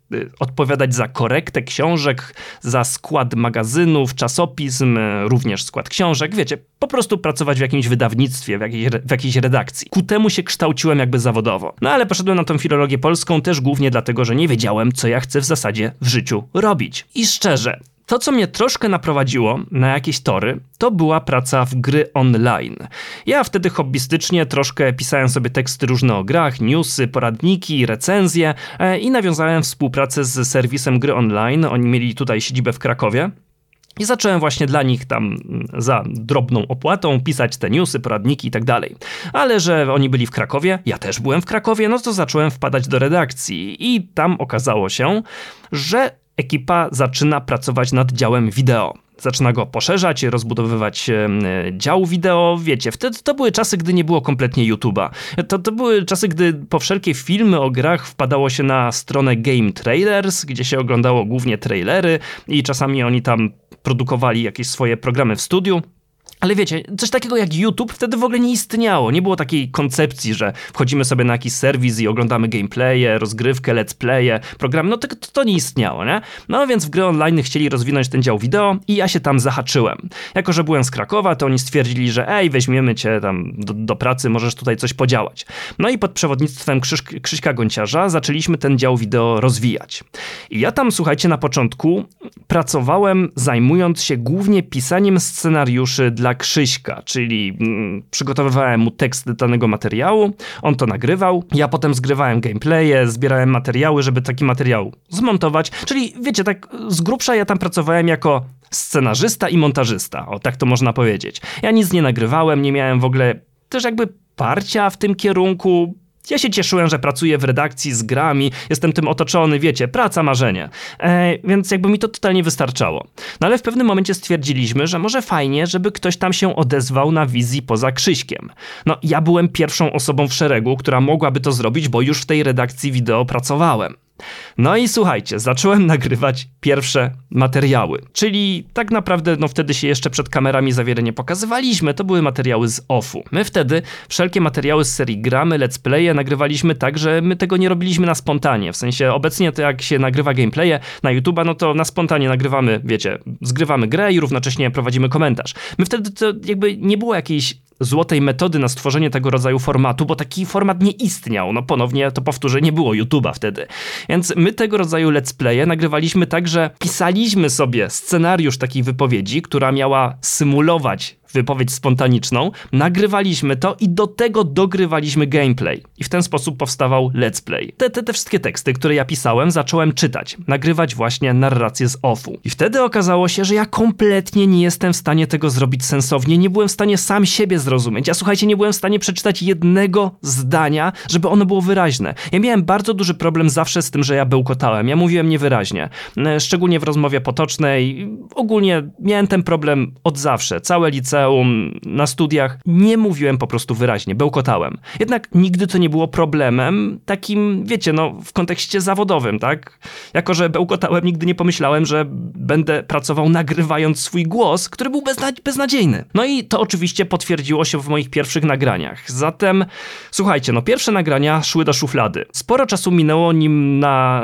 odpowiadać za korektę książek, za skład magazynów, czasopism, również skład książek, wiecie, po prostu pracować w jakimś wydawnictwie, w jakiejś redakcji. Ku temu się kształciłem jakby zawodowo. No ale poszedłem na tą filologię polską też głównie dlatego, że nie wiedziałem, co ja chcę w zasadzie w życiu robić. I szczerze, to, co mnie troszkę naprowadziło na jakieś tory, to była praca w gry online. Ja wtedy hobbystycznie troszkę pisałem sobie teksty różne o grach, newsy, poradniki, recenzje i nawiązałem współpracę z serwisem gry online. Oni mieli tutaj siedzibę w Krakowie. I zacząłem właśnie dla nich tam za drobną opłatą pisać te newsy, poradniki i tak dalej. Ale że oni byli w Krakowie, ja też byłem w Krakowie, no to zacząłem wpadać do redakcji. I tam okazało się, że ekipa zaczyna pracować nad działem wideo. Zaczyna go poszerzać, rozbudowywać dział wideo. Wiecie, wtedy to były czasy, gdy nie było kompletnie YouTube'a. To były czasy, gdy po wszelkie filmy o grach wpadało się na stronę Game Trailers, gdzie się oglądało głównie trailery i czasami oni tam produkowali jakieś swoje programy w studiu. Ale wiecie, coś takiego jak YouTube wtedy w ogóle nie istniało. Nie było takiej koncepcji, że wchodzimy sobie na jakiś serwis i oglądamy gameplaye, rozgrywkę, let's playe, programy. No to nie istniało, nie? No więc w gry online chcieli rozwinąć ten dział wideo i ja się tam zahaczyłem. Jako że byłem z Krakowa, to oni stwierdzili, że weźmiemy cię tam do pracy, możesz tutaj coś podziałać. No i pod przewodnictwem Krzyśka Gonciarza zaczęliśmy ten dział wideo rozwijać. I ja tam, słuchajcie, na początku pracowałem zajmując się głównie pisaniem scenariuszy dla Krzyśka, czyli przygotowywałem mu tekst do danego materiału, on to nagrywał, ja potem zgrywałem gameplaye, zbierałem materiały, żeby taki materiał zmontować, czyli wiecie, tak z grubsza ja tam pracowałem jako scenarzysta i montażysta, o tak to można powiedzieć. Ja nic nie nagrywałem, nie miałem w ogóle też jakby parcia w tym kierunku. Ja się cieszyłem, że pracuję w redakcji z grami, jestem tym otoczony, wiecie, praca, marzenie. Więc jakby mi to totalnie wystarczało. No ale w pewnym momencie stwierdziliśmy, że może fajnie, żeby ktoś tam się odezwał na wizji poza Krzyśkiem. No ja byłem pierwszą osobą w szeregu, która mogłaby to zrobić, bo już w tej redakcji wideo pracowałem. No i słuchajcie, zacząłem nagrywać pierwsze materiały, czyli tak naprawdę wtedy się jeszcze przed kamerami za wiele nie pokazywaliśmy, to były materiały z offu. My wtedy wszelkie materiały z serii gramy, let's playe nagrywaliśmy tak, że my tego nie robiliśmy na spontanie, w sensie obecnie to jak się nagrywa gameplaye na YouTube'a, no to na spontanie nagrywamy, wiecie, zgrywamy grę i równocześnie prowadzimy komentarz. My wtedy to jakby nie było jakiejś złotej metody na stworzenie tego rodzaju formatu, bo taki format nie istniał. No ponownie to powtórzę, nie było YouTube'a wtedy. Więc my tego rodzaju let's playe nagrywaliśmy tak, że pisaliśmy sobie scenariusz takiej wypowiedzi, która miała symulować wypowiedź spontaniczną, nagrywaliśmy to i do tego dogrywaliśmy gameplay. I w ten sposób powstawał let's play. Te wszystkie teksty, które ja pisałem, zacząłem czytać, nagrywać właśnie narrację z offu. I wtedy okazało się, że ja kompletnie nie jestem w stanie tego zrobić sensownie, nie byłem w stanie sam siebie zrozumieć. Ja słuchajcie, nie byłem w stanie przeczytać jednego zdania, żeby ono było wyraźne. Ja miałem bardzo duży problem zawsze z tym, że ja bełkotałem. Ja mówiłem niewyraźnie. Szczególnie w rozmowie potocznej. Ogólnie miałem ten problem od zawsze. Całe liceum, na studiach nie mówiłem po prostu wyraźnie, bełkotałem. Jednak nigdy to nie było problemem takim, wiecie, w kontekście zawodowym, tak? Jako że bełkotałem, nigdy nie pomyślałem, że będę pracował nagrywając swój głos, który był beznadziejny. No i to oczywiście potwierdziło się w moich pierwszych nagraniach. Zatem, słuchajcie, pierwsze nagrania szły do szuflady. Sporo czasu minęło, nim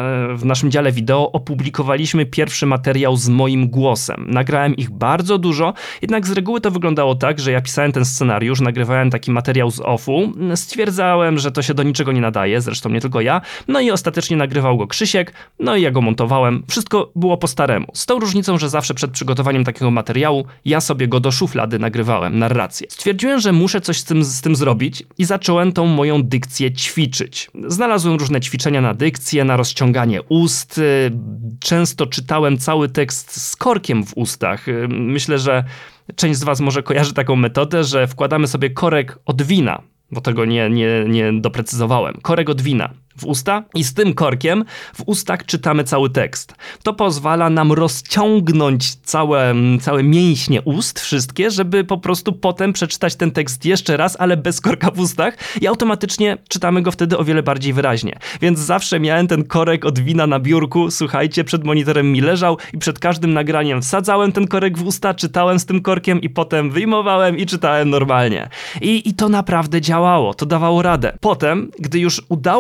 w naszym dziale wideo opublikowaliśmy pierwszy materiał z moim głosem. Nagrałem ich bardzo dużo, jednak z reguły to wyglądało tak, że ja pisałem ten scenariusz, nagrywałem taki materiał z offu, stwierdzałem, że to się do niczego nie nadaje, zresztą nie tylko ja, no i ostatecznie nagrywał go Krzysiek, no i ja go montowałem, wszystko było po staremu. Z tą różnicą, że zawsze przed przygotowaniem takiego materiału ja sobie go do szuflady nagrywałem, narrację. Stwierdziłem, że muszę coś z tym zrobić i zacząłem tą moją dykcję ćwiczyć. Znalazłem różne ćwiczenia na dykcję, na rozciąganie ust, często czytałem cały tekst z korkiem w ustach. Myślę, że część z was może kojarzy taką metodę, że wkładamy sobie korek od wina, bo tego nie doprecyzowałem. Korek od wina w usta i z tym korkiem w ustach czytamy cały tekst. To pozwala nam rozciągnąć całe mięśnie ust, wszystkie, żeby po prostu potem przeczytać ten tekst jeszcze raz, ale bez korka w ustach i automatycznie czytamy go wtedy o wiele bardziej wyraźnie. Więc zawsze miałem ten korek od wina na biurku, słuchajcie, przed monitorem mi leżał i przed każdym nagraniem wsadzałem ten korek w usta, czytałem z tym korkiem i potem wyjmowałem i czytałem normalnie. I to naprawdę działało, to dawało radę. Potem, gdy już udało mi się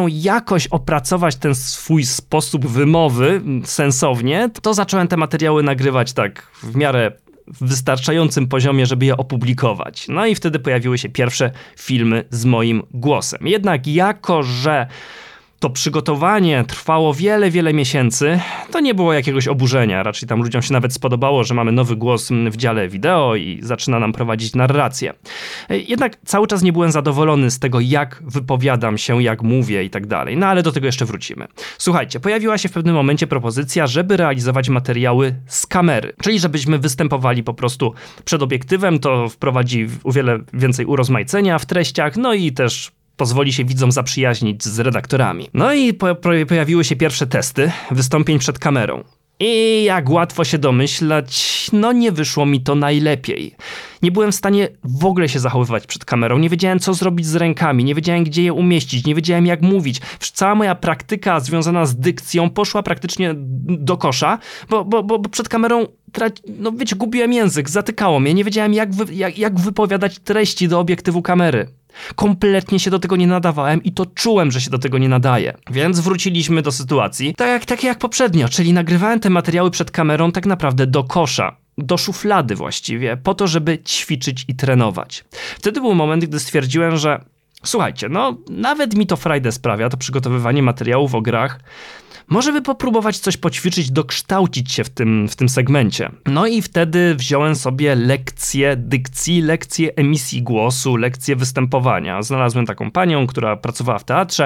odpowiednio jakoś opracować ten swój sposób wymowy sensownie, to zacząłem te materiały nagrywać tak w miarę wystarczającym poziomie, żeby je opublikować. No i wtedy pojawiły się pierwsze filmy z moim głosem. Jednak jako, że to przygotowanie trwało wiele miesięcy, to nie było jakiegoś oburzenia. Raczej tam ludziom się nawet spodobało, że mamy nowy głos w dziale wideo i zaczyna nam prowadzić narrację. Jednak cały czas nie byłem zadowolony z tego, jak wypowiadam się, jak mówię i tak dalej. No ale do tego jeszcze wrócimy. Słuchajcie, pojawiła się w pewnym momencie propozycja, żeby realizować materiały z kamery. Czyli żebyśmy występowali po prostu przed obiektywem, to wprowadzi o wiele więcej urozmaicenia w treściach, no i też pozwoli się widzom zaprzyjaźnić z redaktorami. No i pojawiły się pierwsze testy wystąpień przed kamerą. I jak łatwo się domyślać, no nie wyszło mi to najlepiej. Nie byłem w stanie w ogóle się zachowywać przed kamerą, nie wiedziałem co zrobić z rękami, nie wiedziałem gdzie je umieścić, nie wiedziałem jak mówić. Cała moja praktyka związana z dykcją poszła praktycznie do kosza, bo przed kamerą no wiecie, gubiłem język, zatykało mnie, nie wiedziałem jak wypowiadać treści do obiektywu kamery. Kompletnie się do tego nie nadawałem i to czułem, że się do tego nie nadaje. Więc wróciliśmy do sytuacji, tak jak poprzednio, czyli nagrywałem te materiały przed kamerą tak naprawdę do kosza. Do szuflady właściwie, po to, żeby ćwiczyć i trenować. Wtedy był moment, gdy stwierdziłem, że słuchajcie, no nawet mi to frajdę sprawia, to przygotowywanie materiałów o grach. Może by popróbować coś poćwiczyć, dokształcić się w tym segmencie. No i wtedy wziąłem sobie lekcje dykcji, lekcje emisji głosu, lekcje występowania. Znalazłem taką panią, która pracowała w teatrze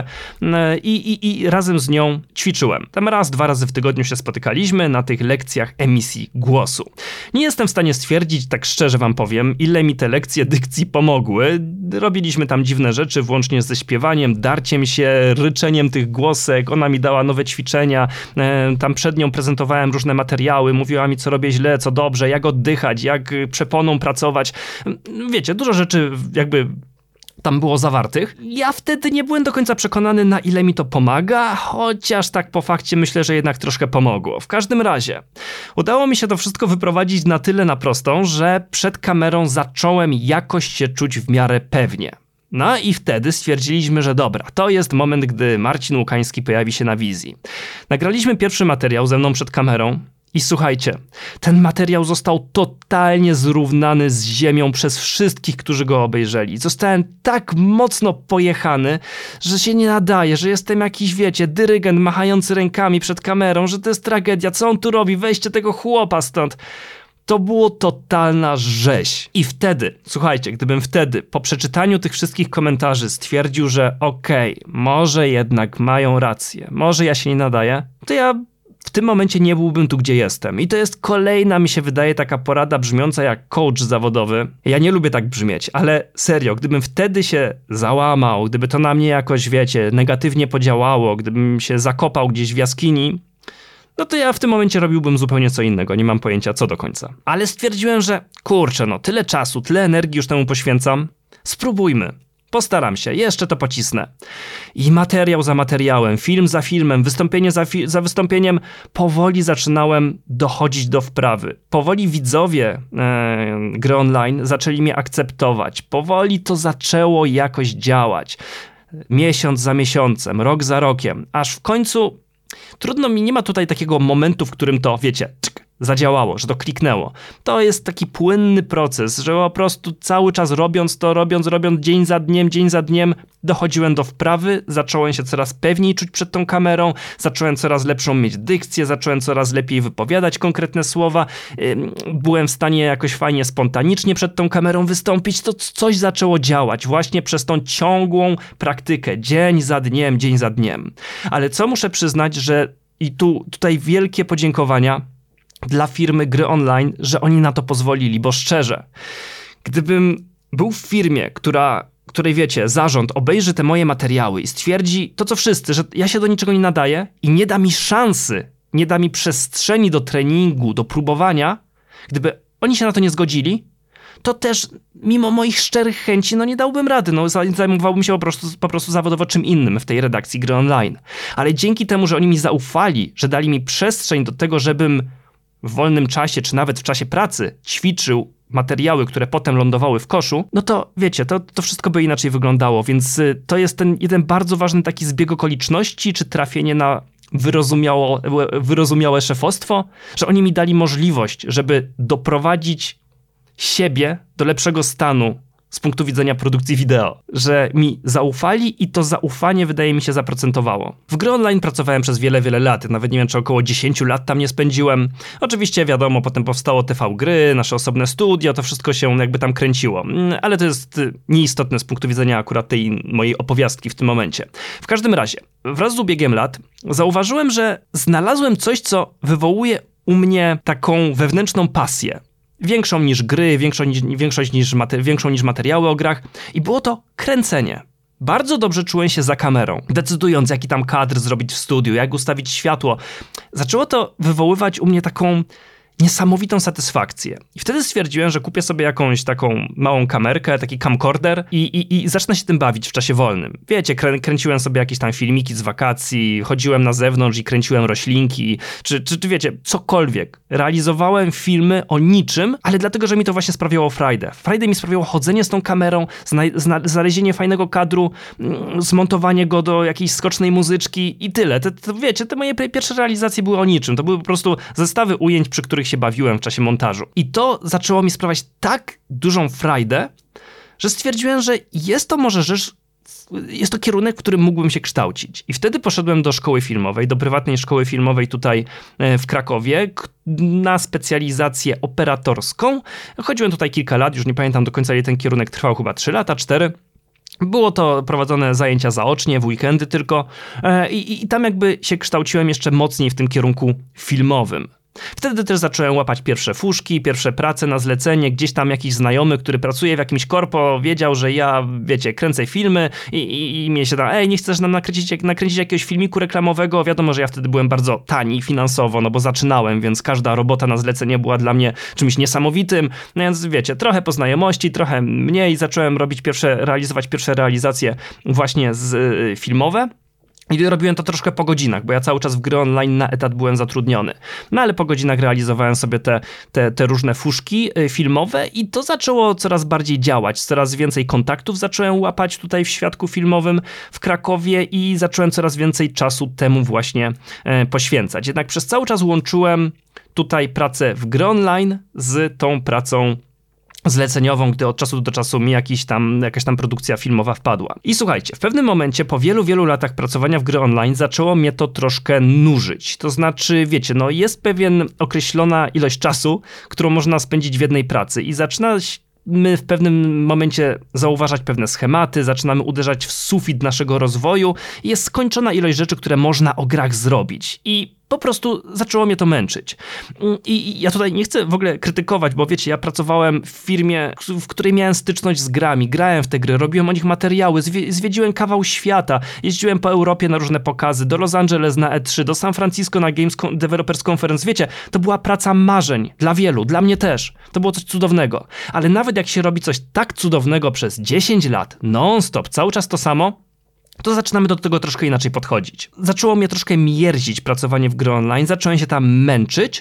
i razem z nią ćwiczyłem. Tam raz, 2 razy w tygodniu się spotykaliśmy na tych lekcjach emisji głosu. Nie jestem w stanie stwierdzić, tak szczerze wam powiem, ile mi te lekcje dykcji pomogły. Robiliśmy tam dziwne rzeczy, włącznie ze śpiewaniem, darciem się, ryczeniem tych głosek. Ona mi dała nowe ćwiczenia, tam przed nią prezentowałem różne materiały, mówiła mi co robię źle, co dobrze, jak oddychać, jak przeponą pracować. Wiecie, dużo rzeczy jakby tam było zawartych. Ja wtedy nie byłem do końca przekonany, na ile mi to pomaga, chociaż tak po fakcie myślę, że jednak troszkę pomogło. W każdym razie udało mi się to wszystko wyprowadzić na tyle na prostą, że przed kamerą zacząłem jakoś się czuć w miarę pewnie. No i wtedy stwierdziliśmy, że dobra, to jest moment, gdy Marcin Łukański pojawi się na wizji. Nagraliśmy pierwszy materiał ze mną przed kamerą i słuchajcie, ten materiał został totalnie zrównany z ziemią przez wszystkich, którzy go obejrzeli. Zostałem tak mocno pojechany, że się nie nadaje, że jestem jakiś, wiecie, dyrygent machający rękami przed kamerą, że to jest tragedia, co on tu robi, weźcie tego chłopa stąd. To było totalna rzeź. I wtedy, słuchajcie, gdybym wtedy po przeczytaniu tych wszystkich komentarzy stwierdził, że okej, może jednak mają rację, może ja się nie nadaję, to ja w tym momencie nie byłbym tu, gdzie jestem. I to jest kolejna, mi się wydaje, taka porada brzmiąca jak coach zawodowy. Ja nie lubię tak brzmieć, ale serio, gdybym wtedy się załamał, gdyby to na mnie jakoś, wiecie, negatywnie podziałało, gdybym się zakopał gdzieś w jaskini, no to ja w tym momencie robiłbym zupełnie co innego, nie mam pojęcia co do końca. Ale stwierdziłem, że kurczę, no tyle czasu, tyle energii już temu poświęcam, spróbujmy. Postaram się, jeszcze to pocisnę. I materiał za materiałem, film za filmem, wystąpienie za wystąpieniem, powoli zaczynałem dochodzić do wprawy. Powoli widzowie gry online zaczęli mnie akceptować. Powoli to zaczęło jakoś działać. Miesiąc za miesiącem, rok za rokiem, aż w końcu trudno mi, nie ma tutaj takiego momentu, w którym to, wiecie, zadziałało, że to kliknęło. To jest taki płynny proces, że po prostu cały czas robiąc, dzień za dniem, dochodziłem do wprawy, zacząłem się coraz pewniej czuć przed tą kamerą, zacząłem coraz lepszą mieć dykcję, zacząłem coraz lepiej wypowiadać konkretne słowa, byłem w stanie jakoś fajnie, spontanicznie przed tą kamerą wystąpić, to coś zaczęło działać właśnie przez tą ciągłą praktykę, dzień za dniem. Ale co muszę przyznać, że i tutaj wielkie podziękowania dla firmy Gry Online, że oni na to pozwolili, bo szczerze, gdybym był w firmie, której wiecie, zarząd obejrzy te moje materiały i stwierdzi to co wszyscy, że ja się do niczego nie nadaję i nie da mi szansy, nie da mi przestrzeni do treningu, do próbowania, gdyby oni się na to nie zgodzili, to też mimo moich szczerych chęci, no nie dałbym rady, no zajmowałbym się po prostu zawodowo czym innym w tej redakcji Gry Online. Ale dzięki temu, że oni mi zaufali, że dali mi przestrzeń do tego, żebym w wolnym czasie, czy nawet w czasie pracy ćwiczył materiały, które potem lądowały w koszu, no to wiecie, to wszystko by inaczej wyglądało, więc to jest ten jeden bardzo ważny taki zbieg okoliczności, czy trafienie na wyrozumiałe szefostwo, że oni mi dali możliwość, żeby doprowadzić siebie do lepszego stanu z punktu widzenia produkcji wideo, że mi zaufali i to zaufanie, wydaje mi się, zaprocentowało. W gry online pracowałem przez wiele, wiele lat, nawet nie wiem, czy około 10 lat tam nie spędziłem. Oczywiście, wiadomo, potem powstało TV Gry, nasze osobne studio, to wszystko się jakby tam kręciło, ale to jest nieistotne z punktu widzenia akurat tej mojej opowiastki w tym momencie. W każdym razie, wraz z ubiegiem lat zauważyłem, że znalazłem coś, co wywołuje u mnie taką wewnętrzną pasję. Większą niż gry, większą niż materiały o grach i było to kręcenie. Bardzo dobrze czułem się za kamerą, decydując jaki tam kadr zrobić w studiu, jak ustawić światło. Zaczęło to wywoływać u mnie taką niesamowitą satysfakcję. I wtedy stwierdziłem, że kupię sobie jakąś taką małą kamerkę, taki camcorder i zacznę się tym bawić w czasie wolnym. Wiecie, kręciłem sobie jakieś tam filmiki z wakacji, chodziłem na zewnątrz i kręciłem roślinki, czy wiecie, cokolwiek. Realizowałem filmy o niczym, ale dlatego, że mi to właśnie sprawiało frajdę. Frajdę mi sprawiało chodzenie z tą kamerą, znalezienie fajnego kadru, zmontowanie go do jakiejś skocznej muzyczki i tyle. Wiecie, te moje pierwsze realizacje były o niczym. To były po prostu zestawy ujęć, przy których się bawiłem w czasie montażu. I to zaczęło mi sprawiać tak dużą frajdę, że stwierdziłem, że jest to może rzecz, jest to kierunek, w którym mógłbym się kształcić. I wtedy poszedłem do szkoły filmowej, do prywatnej szkoły filmowej tutaj w Krakowie, na specjalizację operatorską. Chodziłem tutaj kilka lat, już nie pamiętam do końca, ile ten kierunek trwał, chyba 3 lata, 4. Było to prowadzone zajęcia zaocznie, w weekendy tylko i tam jakby się kształciłem jeszcze mocniej w tym kierunku filmowym. Wtedy też zacząłem łapać pierwsze fuszki, pierwsze prace na zlecenie, gdzieś tam jakiś znajomy, który pracuje w jakimś korpo, wiedział, że ja, wiecie, kręcę filmy i mnie się da, nie chcesz nam nakręcić jakiegoś filmiku reklamowego? Wiadomo, że ja wtedy byłem bardzo tani finansowo, no bo zaczynałem, więc każda robota na zlecenie była dla mnie czymś niesamowitym, no więc wiecie, trochę po znajomości, trochę mniej, zacząłem realizować pierwsze realizacje właśnie filmowe. I robiłem to troszkę po godzinach, bo ja cały czas w gry online na etat byłem zatrudniony. No ale po godzinach realizowałem sobie te różne fuszki filmowe i to zaczęło coraz bardziej działać. Coraz więcej kontaktów zacząłem łapać tutaj w świadku filmowym w Krakowie i zacząłem coraz więcej czasu temu właśnie poświęcać. Jednak przez cały czas łączyłem tutaj pracę w gry online z tą pracą zleceniową, gdy od czasu do czasu mi jakaś tam produkcja filmowa wpadła. I słuchajcie, w pewnym momencie, po wielu, wielu latach pracowania w gry online, zaczęło mnie to troszkę nużyć. To znaczy, wiecie, no jest pewien określona ilość czasu, którą można spędzić w jednej pracy i zaczynamy w pewnym momencie zauważać pewne schematy, zaczynamy uderzać w sufit naszego rozwoju i jest skończona ilość rzeczy, które można o grach zrobić. I po prostu zaczęło mnie to męczyć. I ja tutaj nie chcę w ogóle krytykować, bo wiecie, ja pracowałem w firmie, w której miałem styczność z grami, grałem w te gry, robiłem o nich materiały, zwiedziłem kawał świata, jeździłem po Europie na różne pokazy, do Los Angeles na E3, do San Francisco na Games Developers Conference. Wiecie, to była praca marzeń dla wielu, dla mnie też. To było coś cudownego. Ale nawet jak się robi coś tak cudownego przez 10 lat, non-stop, cały czas to samo, to zaczynamy do tego troszkę inaczej podchodzić. Zaczęło mnie troszkę mierzić pracowanie w gry online, zacząłem się tam męczyć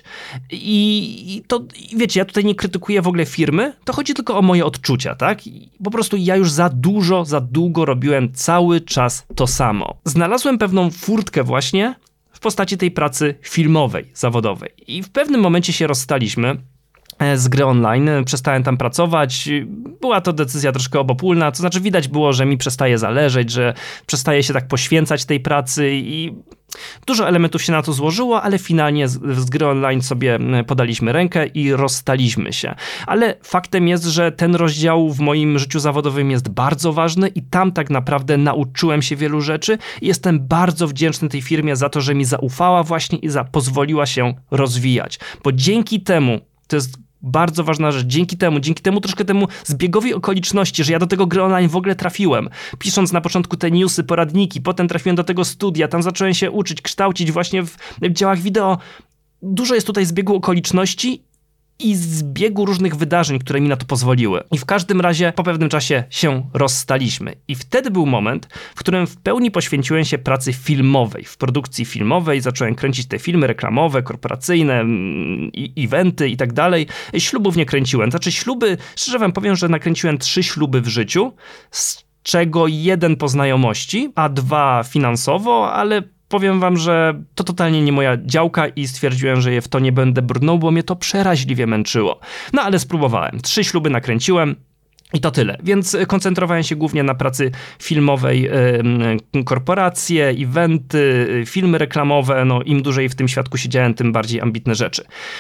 i to, wiecie, ja tutaj nie krytykuję w ogóle firmy, to chodzi tylko o moje odczucia, tak? I po prostu ja już za długo robiłem cały czas to samo. Znalazłem pewną furtkę właśnie w postaci tej pracy filmowej, zawodowej i w pewnym momencie się rozstaliśmy z gry online, przestałem tam pracować, była to decyzja troszkę obopólna, to znaczy widać było, że mi przestaje zależeć, że przestaje się tak poświęcać tej pracy i dużo elementów się na to złożyło, ale finalnie z gry online sobie podaliśmy rękę i rozstaliśmy się. Ale faktem jest, że ten rozdział w moim życiu zawodowym jest bardzo ważny i tam tak naprawdę nauczyłem się wielu rzeczy i jestem bardzo wdzięczny tej firmie za to, że mi zaufała właśnie i pozwoliła się rozwijać, bo dzięki temu, to jest bardzo ważna rzecz, dzięki temu troszkę temu zbiegowi okoliczności, że ja do tego gry online w ogóle trafiłem, pisząc na początku te newsy, poradniki, potem trafiłem do tego studia, tam zacząłem się uczyć, kształcić właśnie w działach wideo. Dużo jest tutaj zbiegu okoliczności i zbiegu różnych wydarzeń, które mi na to pozwoliły. I w każdym razie po pewnym czasie się rozstaliśmy. I wtedy był moment, w którym w pełni poświęciłem się pracy filmowej, w produkcji filmowej, zacząłem kręcić te filmy reklamowe, korporacyjne, eventy i tak dalej. Ślubów nie kręciłem. Znaczy śluby, szczerze wam powiem, że nakręciłem 3 śluby w życiu, z czego 1 po znajomości, a 2 finansowo, ale powiem wam, że to totalnie nie moja działka i stwierdziłem, że je w to nie będę brnął, bo mnie to przeraźliwie męczyło. No ale spróbowałem. 3 śluby nakręciłem. I to tyle. Więc koncentrowałem się głównie na pracy filmowej, korporacje, eventy, filmy reklamowe. No im dłużej w tym świadku siedziałem, tym bardziej ambitne rzeczy.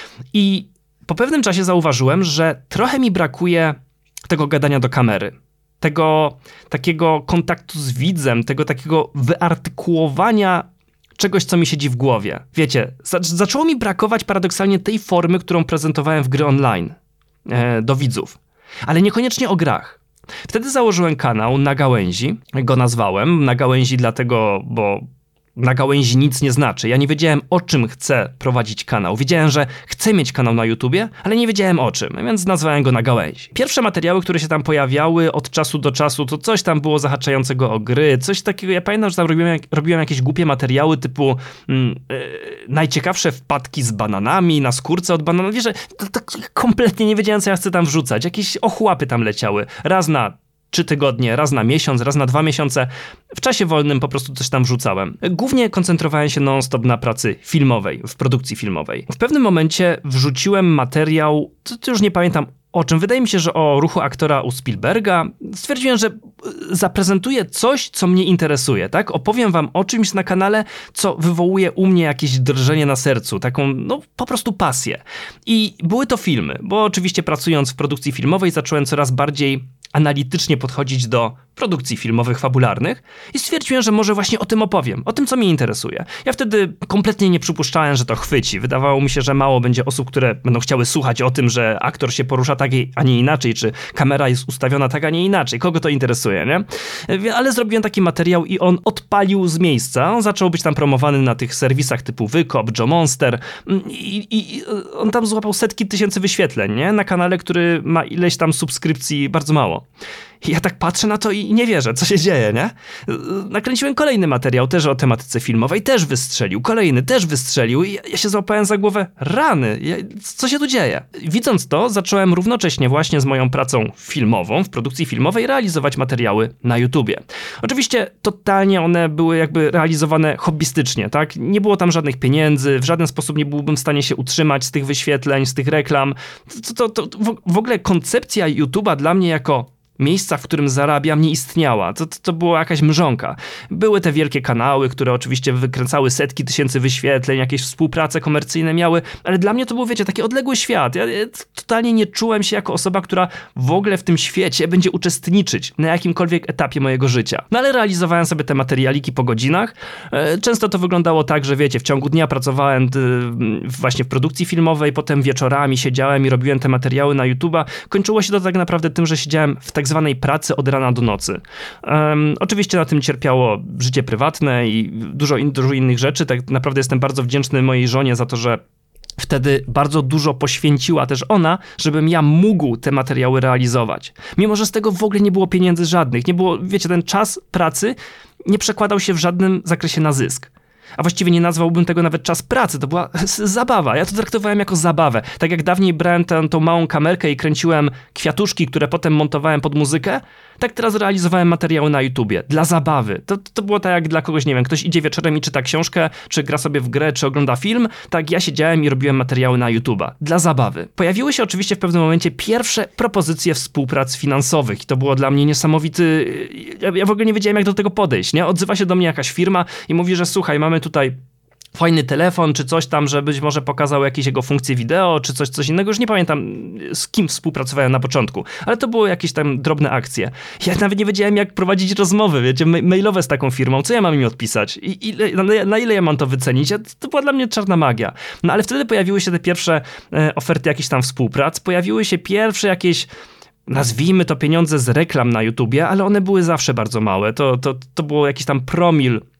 I po pewnym czasie zauważyłem, że trochę mi brakuje tego gadania do kamery. Tego takiego kontaktu z widzem, tego takiego wyartykułowania czegoś, co mi siedzi w głowie. Wiecie, zaczęło mi brakować paradoksalnie tej formy, którą prezentowałem w gry online do widzów. Ale niekoniecznie o grach. Wtedy założyłem kanał Na Gałęzi, go nazwałem. Na Gałęzi dlatego, bo na gałęzi nic nie znaczy. Ja nie wiedziałem, o czym chcę prowadzić kanał. Wiedziałem, że chcę mieć kanał na YouTubie, ale nie wiedziałem o czym, więc nazwałem go Na Gałęzi. Pierwsze materiały, które się tam pojawiały od czasu do czasu, to coś tam było zahaczającego o gry, coś takiego. Ja pamiętam, że tam robiłem jakieś głupie materiały typu najciekawsze wpadki z bananami, na skórce od bananów. Wiesz, że to kompletnie nie wiedziałem, co ja chcę tam wrzucać. Jakieś ochłapy tam leciały. Raz na 3 tygodnie, raz na miesiąc, raz na 2 miesiące. W czasie wolnym po prostu coś tam wrzucałem. Głównie koncentrowałem się non-stop na pracy filmowej, w produkcji filmowej. W pewnym momencie wrzuciłem materiał, to już nie pamiętam o czym. Wydaje mi się, że o ruchu aktora u Spielberga. Stwierdziłem, że zaprezentuję coś, co mnie interesuje, tak? Opowiem wam o czymś na kanale, co wywołuje u mnie jakieś drżenie na sercu, taką, no, po prostu pasję. I były to filmy, bo oczywiście pracując w produkcji filmowej zacząłem coraz bardziej analitycznie podchodzić do produkcji filmowych, fabularnych i stwierdziłem, że może właśnie o tym opowiem, o tym, co mnie interesuje. Ja wtedy kompletnie nie przypuszczałem, że to chwyci. Wydawało mi się, że mało będzie osób, które będą chciały słuchać o tym, że aktor się porusza tak, a nie inaczej, czy kamera jest ustawiona tak, a nie inaczej. Kogo to interesuje, nie? Ale zrobiłem taki materiał i on odpalił z miejsca. On zaczął być tam promowany na tych serwisach typu Wykop, Joe Monster i on tam złapał setki tysięcy wyświetleń, nie? Na kanale, który ma ileś tam subskrypcji, bardzo mało. I ja tak patrzę na to i nie wierzę, co się dzieje, nie? Nakręciłem kolejny materiał, też o tematyce filmowej, też wystrzelił, kolejny też wystrzelił i ja się złapałem za głowę, rany, co się tu dzieje? Widząc to, zacząłem równocześnie właśnie z moją pracą filmową, w produkcji filmowej, realizować materiały na YouTubie. Oczywiście totalnie one były jakby realizowane hobbystycznie, tak? Nie było tam żadnych pieniędzy, w żaden sposób nie byłbym w stanie się utrzymać z tych wyświetleń, z tych reklam. W ogóle koncepcja YouTuba dla mnie jako miejsca, w którym zarabiam, nie istniała. To była jakaś mrzonka. Były te wielkie kanały, które oczywiście wykręcały setki tysięcy wyświetleń, jakieś współprace komercyjne miały, ale dla mnie to był, wiecie, taki odległy świat. Ja totalnie nie czułem się jako osoba, która w ogóle w tym świecie będzie uczestniczyć na jakimkolwiek etapie mojego życia. No ale realizowałem sobie te materialiki po godzinach. Często to wyglądało tak, że wiecie, w ciągu dnia pracowałem właśnie w produkcji filmowej, potem wieczorami siedziałem i robiłem te materiały na YouTube'a. Kończyło się to tak naprawdę tym, że siedziałem w tak zwanej pracy od rana do nocy. Oczywiście na tym cierpiało życie prywatne i dużo innych rzeczy. Tak naprawdę jestem bardzo wdzięczny mojej żonie za to, że wtedy bardzo dużo poświęciła też ona, żebym ja mógł te materiały realizować. Mimo że z tego w ogóle nie było pieniędzy żadnych. Nie było, wiecie, ten czas pracy nie przekładał się w żadnym zakresie na zysk. A właściwie nie nazwałbym tego nawet czas pracy, to była zabawa. Ja to traktowałem jako zabawę. Tak jak dawniej brałem tą małą kamerkę i kręciłem kwiatuszki, które potem montowałem pod muzykę, tak teraz realizowałem materiały na YouTubie. Dla zabawy. To było tak jak dla kogoś, nie wiem, ktoś idzie wieczorem i czyta książkę, czy gra sobie w grę, czy ogląda film. Tak ja siedziałem i robiłem materiały na YouTuba. Dla zabawy. Pojawiły się oczywiście w pewnym momencie pierwsze propozycje współprac finansowych i to było dla mnie niesamowity... Ja w ogóle nie wiedziałem, jak do tego podejść, nie? Odzywa się do mnie jakaś firma i mówi, że słuchaj, mamy tutaj fajny telefon, czy coś tam, że być może pokazał jakieś jego funkcje wideo, czy coś innego. Już nie pamiętam, z kim współpracowałem na początku, ale to były jakieś tam drobne akcje. Ja nawet nie wiedziałem, jak prowadzić rozmowy, wiecie, mailowe z taką firmą. Co ja mam im odpisać? Na ile ja mam to wycenić? To była dla mnie czarna magia. No ale wtedy pojawiły się te pierwsze oferty jakichś tam współprac, pojawiły się pierwsze jakieś, nazwijmy to, pieniądze z reklam na YouTubie, ale one były zawsze bardzo małe. To było jakiś tam promil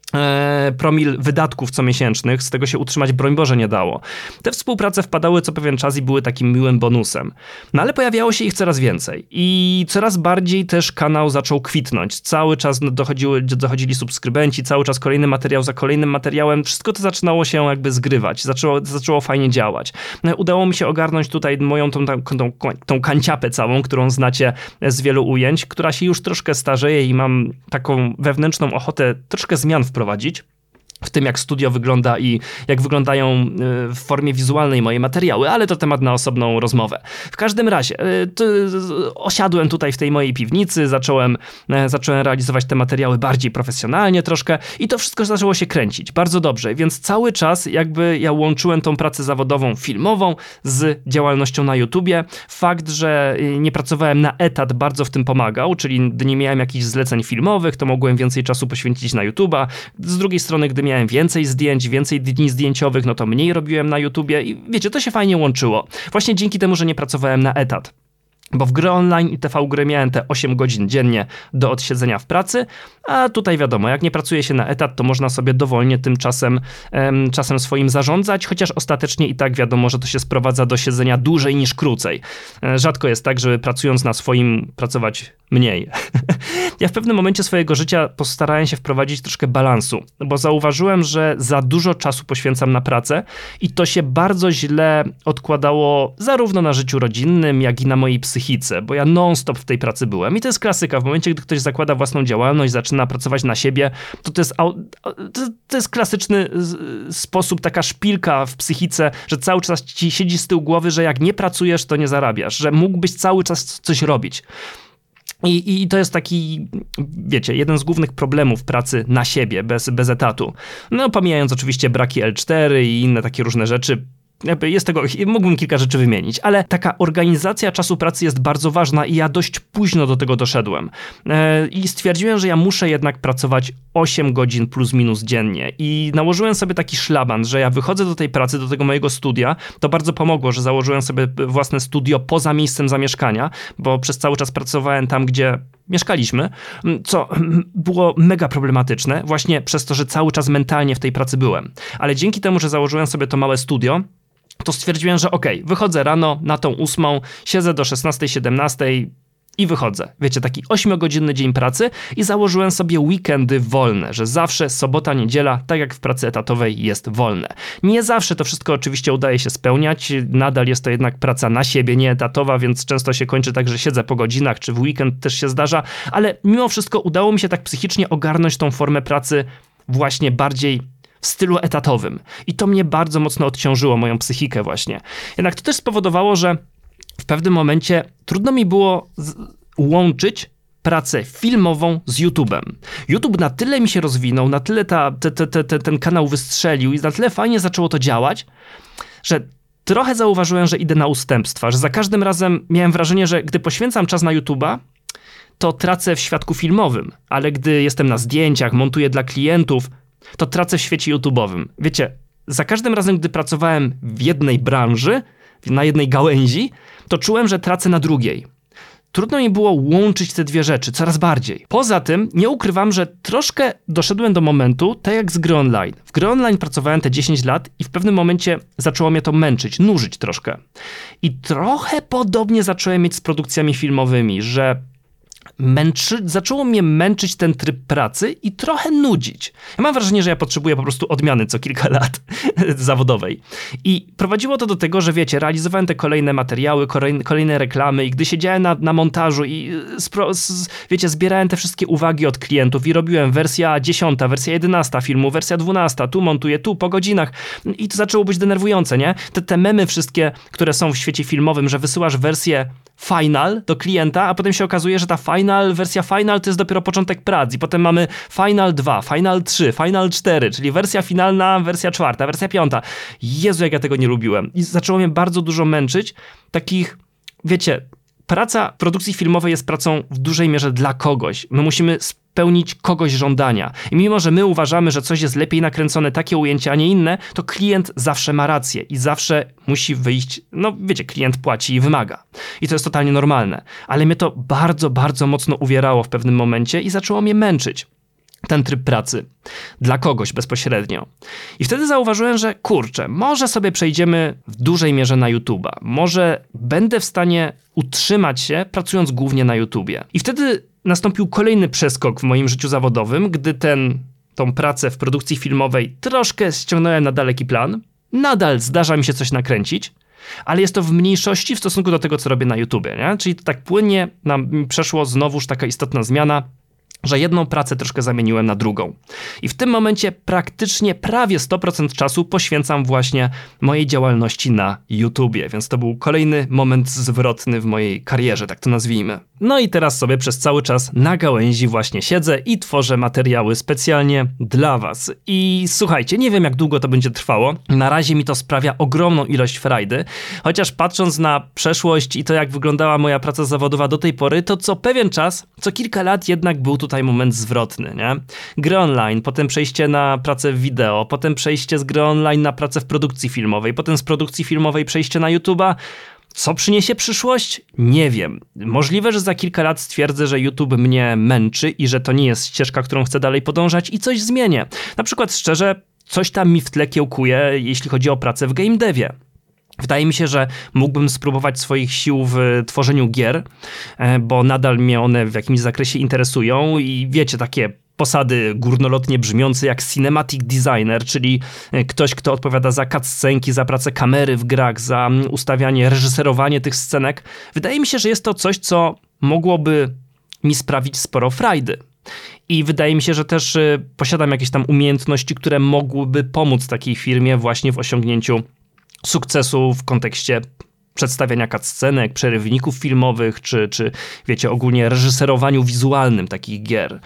promil wydatków comiesięcznych, z tego się utrzymać broń Boże nie dało. Te współprace wpadały co pewien czas i były takim miłym bonusem. No ale pojawiało się ich coraz więcej i coraz bardziej też kanał zaczął kwitnąć. Cały czas dochodzili subskrybenci, cały czas kolejny materiał za kolejnym materiałem. Wszystko to zaczynało się jakby zgrywać, zaczęło fajnie działać. Udało mi się ogarnąć tutaj moją tą kanciapę całą, którą znacie z wielu ujęć, która się już troszkę starzeje i mam taką wewnętrzną ochotę troszkę zmian wprowadzić w tym, jak studio wygląda i jak wyglądają w formie wizualnej moje materiały, ale to temat na osobną rozmowę. W każdym razie, osiadłem tutaj w tej mojej piwnicy, zacząłem realizować te materiały bardziej profesjonalnie troszkę i to wszystko zaczęło się kręcić bardzo dobrze, więc cały czas jakby ja łączyłem tą pracę zawodową, filmową z działalnością na YouTubie. Fakt, że nie pracowałem na etat bardzo w tym pomagał, czyli gdy nie miałem jakichś zleceń filmowych, to mogłem więcej czasu poświęcić na YouTube'a. Z drugiej strony, gdy miałem więcej zdjęć, więcej dni zdjęciowych, no to mniej robiłem na YouTubie i wiecie, to się fajnie łączyło. Właśnie dzięki temu, że nie pracowałem na etat. Bo w gry online i TV gry miałem te 8 godzin dziennie do odsiedzenia w pracy, a tutaj wiadomo, jak nie pracuje się na etat, to można sobie dowolnie tym czasem swoim zarządzać, chociaż ostatecznie i tak wiadomo, że to się sprowadza do siedzenia dłużej niż krócej. Rzadko jest tak, żeby pracując na swoim pracować mniej. Ja w pewnym momencie swojego życia postarałem się wprowadzić troszkę balansu, bo zauważyłem, że za dużo czasu poświęcam na pracę i to się bardzo źle odkładało zarówno na życiu rodzinnym, jak i na mojej psychice, bo ja non-stop w tej pracy byłem. I to jest klasyka. W momencie, gdy ktoś zakłada własną działalność, zaczyna pracować na siebie, to jest klasyczny sposób, taka szpilka w psychice, że cały czas ci siedzi z tyłu głowy, że jak nie pracujesz, to nie zarabiasz, że mógłbyś cały czas coś robić. I to jest taki, wiecie, jeden z głównych problemów pracy na siebie, bez etatu. No, pomijając oczywiście braki L4 i inne takie różne rzeczy. Jest tego, mógłbym kilka rzeczy wymienić, ale taka organizacja czasu pracy jest bardzo ważna i ja dość późno do tego doszedłem. I stwierdziłem, że ja muszę jednak pracować 8 godzin plus minus dziennie i nałożyłem sobie taki szlaban, że ja wychodzę do tej pracy, do tego mojego studia. To bardzo pomogło, że założyłem sobie własne studio poza miejscem zamieszkania, bo przez cały czas pracowałem tam, gdzie mieszkaliśmy, co było mega problematyczne, właśnie przez to, że cały czas mentalnie w tej pracy byłem. Ale dzięki temu, że założyłem sobie to małe studio, to stwierdziłem, że wychodzę rano na tą 8, siedzę do 16, 17 i wychodzę. Wiecie, taki 8-godzinny dzień pracy i założyłem sobie weekendy wolne, że zawsze sobota, niedziela, tak jak w pracy etatowej, jest wolne. Nie zawsze to wszystko oczywiście udaje się spełniać, nadal jest to jednak praca na siebie, nie etatowa, więc często się kończy tak, że siedzę po godzinach, czy w weekend też się zdarza, ale mimo wszystko udało mi się tak psychicznie ogarnąć tą formę pracy właśnie bardziej w stylu etatowym. I to mnie bardzo mocno odciążyło, moją psychikę właśnie. Jednak to też spowodowało, że w pewnym momencie trudno mi było łączyć pracę filmową z YouTube'em. YouTube na tyle mi się rozwinął, na tyle ten kanał wystrzelił i na tyle fajnie zaczęło to działać, że trochę zauważyłem, że idę na ustępstwa, że za każdym razem miałem wrażenie, że gdy poświęcam czas na YouTube'a, to tracę w świadku filmowym, ale gdy jestem na zdjęciach, montuję dla klientów, to tracę w świecie YouTube'owym. Wiecie, za każdym razem, gdy pracowałem w jednej branży, na jednej gałęzi, to czułem, że tracę na drugiej. Trudno mi było łączyć te dwie rzeczy coraz bardziej. Poza tym nie ukrywam, że troszkę doszedłem do momentu, tak jak z gry online. W gry online pracowałem te 10 lat i w pewnym momencie zaczęło mnie to męczyć, nużyć troszkę. I trochę podobnie zacząłem mieć z produkcjami filmowymi, że zaczęło mnie męczyć ten tryb pracy i trochę nudzić. Ja mam wrażenie, że ja potrzebuję po prostu odmiany co kilka lat zawodowej. I prowadziło to do tego, że wiecie, realizowałem te kolejne materiały, kolejne reklamy i gdy siedziałem na montażu i wiecie, zbierałem te wszystkie uwagi od klientów i robiłem wersja 10, wersja 11 filmu, wersja 12, tu montuję, tu po godzinach i to zaczęło być denerwujące, nie? Te memy wszystkie, które są w świecie filmowym, że wysyłasz wersję final do klienta, a potem się okazuje, że ta wersja final to jest dopiero początek prac i potem mamy final 2, final 3, final 4, czyli wersja finalna, wersja 4, wersja 5. Jezu, jak ja tego nie lubiłem. I zaczęło mnie bardzo dużo męczyć takich, wiecie, praca w produkcji filmowej jest pracą w dużej mierze dla kogoś. My musimy spełnić kogoś żądania. I mimo, że my uważamy, że coś jest lepiej nakręcone, takie ujęcie, a nie inne, to klient zawsze ma rację i zawsze musi wyjść, no wiecie, klient płaci i wymaga. I to jest totalnie normalne. Ale mnie to bardzo, bardzo mocno uwierało w pewnym momencie i zaczęło mnie męczyć. ten tryb pracy dla kogoś bezpośrednio. I wtedy zauważyłem, że kurczę, może sobie przejdziemy w dużej mierze na YouTube'a. Może będę w stanie utrzymać się pracując głównie na YouTubie. I wtedy nastąpił kolejny przeskok w moim życiu zawodowym, gdy tą pracę w produkcji filmowej troszkę ściągnąłem na daleki plan. Nadal zdarza mi się coś nakręcić, ale jest to w mniejszości w stosunku do tego, co robię na YouTubie, nie? Czyli to tak płynnie nam przeszło znowuż taka istotna zmiana, że jedną pracę troszkę zamieniłem na drugą. I w tym momencie praktycznie prawie 100% czasu poświęcam właśnie mojej działalności na YouTubie, więc to był kolejny moment zwrotny w mojej karierze, tak to nazwijmy. No i teraz sobie przez cały czas na gałęzi właśnie siedzę i tworzę materiały specjalnie dla was. I słuchajcie, nie wiem jak długo to będzie trwało. Na razie mi to sprawia ogromną ilość frajdy, chociaż patrząc na przeszłość i to jak wyglądała moja praca zawodowa do tej pory, to co pewien czas, co kilka lat jednak był tutaj moment zwrotny, nie? Gry online, potem przejście na pracę w wideo, potem przejście z gry online na pracę w produkcji filmowej, potem z produkcji filmowej przejście na YouTube'a. Co przyniesie przyszłość? Nie wiem. Możliwe, że za kilka lat stwierdzę, że YouTube mnie męczy i że to nie jest ścieżka, którą chcę dalej podążać i coś zmienię. Na przykład szczerze, coś tam mi w tle kiełkuje, jeśli chodzi o pracę w game devie. Wydaje mi się, że mógłbym spróbować swoich sił w tworzeniu gier, bo nadal mnie one w jakimś zakresie interesują i wiecie, takie posady górnolotnie brzmiące jak cinematic designer, czyli ktoś, kto odpowiada za cutscenki, za pracę kamery w grach, za ustawianie, reżyserowanie tych scenek. Wydaje mi się, że jest to coś, co mogłoby mi sprawić sporo frajdy. I wydaje mi się, że też posiadam jakieś tam umiejętności, które mogłyby pomóc takiej firmie właśnie w osiągnięciu sukcesu w kontekście przedstawiania cutscenek, przerywników filmowych, czy wiecie, ogólnie reżyserowaniu wizualnym takich gier.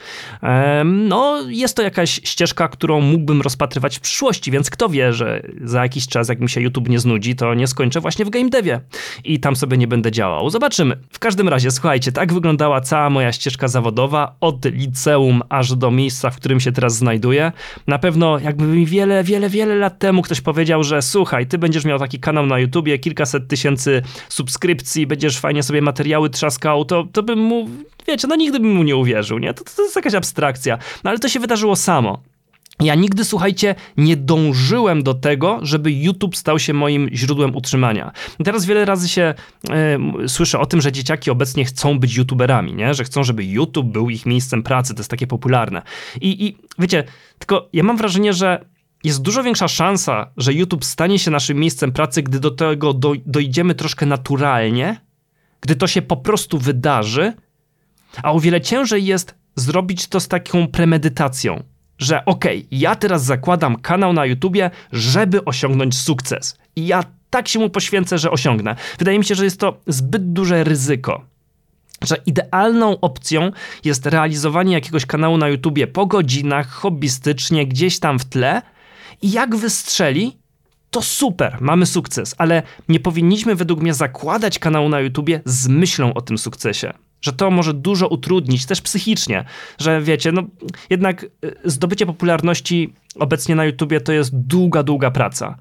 No, jest to jakaś ścieżka, którą mógłbym rozpatrywać w przyszłości, więc kto wie, że za jakiś czas, jak mi się YouTube nie znudzi, to nie skończę właśnie w game devie i tam sobie nie będę działał. Zobaczymy. W każdym razie, słuchajcie, tak wyglądała cała moja ścieżka zawodowa, od liceum aż do miejsca, w którym się teraz znajduję. Na pewno jakby mi wiele lat temu ktoś powiedział, że słuchaj, ty będziesz miał taki kanał na YouTubie, kilkaset tysięcy subskrypcji, będziesz fajnie sobie materiały trzaskał, to bym mu, wiecie, no nigdy bym mu nie uwierzył, nie? To jest jakaś abstrakcja. No ale to się wydarzyło samo. Ja nigdy, słuchajcie, nie dążyłem do tego, żeby YouTube stał się moim źródłem utrzymania. I teraz wiele razy się słyszę o tym, że dzieciaki obecnie chcą być YouTuberami, nie? Że chcą, żeby YouTube był ich miejscem pracy, to jest takie popularne. I wiecie, tylko ja mam wrażenie, że jest dużo większa szansa, że YouTube stanie się naszym miejscem pracy, gdy do tego dojdziemy troszkę naturalnie, gdy to się po prostu wydarzy, a o wiele ciężej jest zrobić to z taką premedytacją, że okej, ja teraz zakładam kanał na YouTubie, żeby osiągnąć sukces i ja tak się mu poświęcę, że osiągnę. Wydaje mi się, że jest to zbyt duże ryzyko. Że idealną opcją jest realizowanie jakiegoś kanału na YouTubie po godzinach, hobbystycznie, gdzieś tam w tle, i jak wystrzeli, to super, mamy sukces, ale nie powinniśmy według mnie zakładać kanału na YouTubie z myślą o tym sukcesie. Że to może dużo utrudnić, też psychicznie, że wiecie, no jednak zdobycie popularności obecnie na YouTubie to jest długa praca.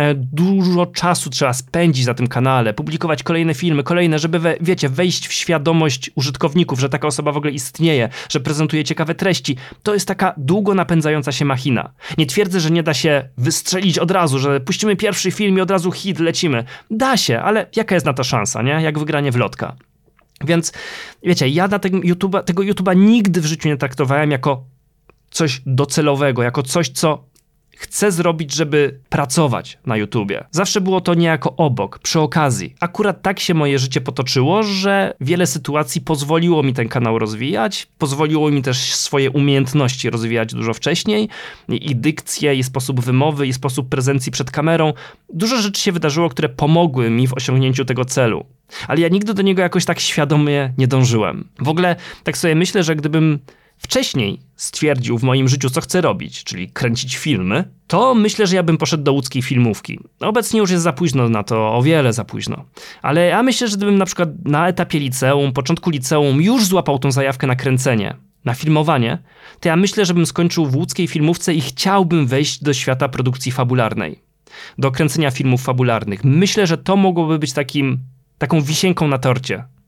Dużo czasu trzeba spędzić na tym kanale, publikować kolejne filmy, żeby, wiecie, wejść w świadomość użytkowników, że taka osoba w ogóle istnieje, że prezentuje ciekawe treści. To jest taka długo napędzająca się machina. Nie twierdzę, że nie da się wystrzelić od razu, że puścimy pierwszy film i od razu hit, lecimy. Da się, ale jaka jest na to szansa, nie? Jak wygranie w lotka. Więc wiecie, ja na tego YouTube'a nigdy w życiu nie traktowałem jako coś docelowego, jako coś, co chcę zrobić, żeby pracować na YouTubie. Zawsze było to niejako obok, przy okazji. Akurat tak się moje życie potoczyło, że wiele sytuacji pozwoliło mi ten kanał rozwijać, pozwoliło mi też swoje umiejętności rozwijać dużo wcześniej, i dykcję, i sposób wymowy, i sposób prezencji przed kamerą. Dużo rzeczy się wydarzyło, które pomogły mi w osiągnięciu tego celu. Ale ja nigdy do niego jakoś tak świadomie nie dążyłem. W ogóle tak sobie myślę, że gdybym wcześniej stwierdził w moim życiu, co chcę robić, czyli kręcić filmy, to myślę, że ja bym poszedł do łódzkiej filmówki. Obecnie już jest za późno na to, o wiele za późno. Ale ja myślę, że gdybym na przykład na etapie liceum, początku liceum już złapał tą zajawkę na kręcenie, na filmowanie, to ja myślę, że bym skończył w łódzkiej filmówce i chciałbym wejść do świata produkcji fabularnej. Do kręcenia filmów fabularnych. Myślę, że to mogłoby być taką wisienką na torcie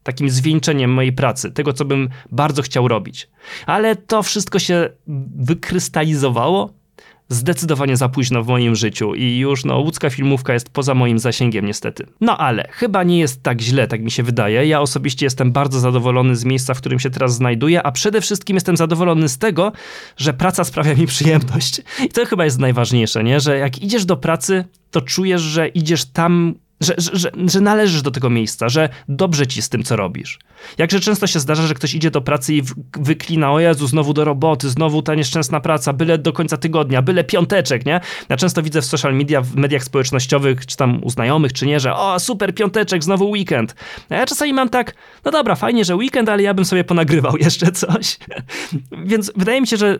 takim zwieńczeniem mojej pracy, tego, co bym bardzo chciał robić. Ale to wszystko się wykrystalizowało zdecydowanie za późno w moim życiu i już łódzka filmówka jest poza moim zasięgiem niestety. No ale chyba nie jest tak źle, tak mi się wydaje. Ja osobiście jestem bardzo zadowolony z miejsca, w którym się teraz znajduję, a przede wszystkim jestem zadowolony z tego, że praca sprawia mi przyjemność. I to chyba jest najważniejsze, nie? Że jak idziesz do pracy, to czujesz, że idziesz tam, że należysz do tego miejsca, że dobrze ci z tym, co robisz. Jakże często się zdarza, że ktoś idzie do pracy i wyklina, o Jezu, znowu do roboty, znowu ta nieszczęsna praca, byle do końca tygodnia, byle piąteczek, nie? Ja często widzę w social media, w mediach społecznościowych, czy tam u znajomych, czy nie, że o, super, piąteczek, znowu weekend. A ja czasami mam tak, no dobra, fajnie, że weekend, ale ja bym sobie ponagrywał jeszcze coś. Więc wydaje mi się, że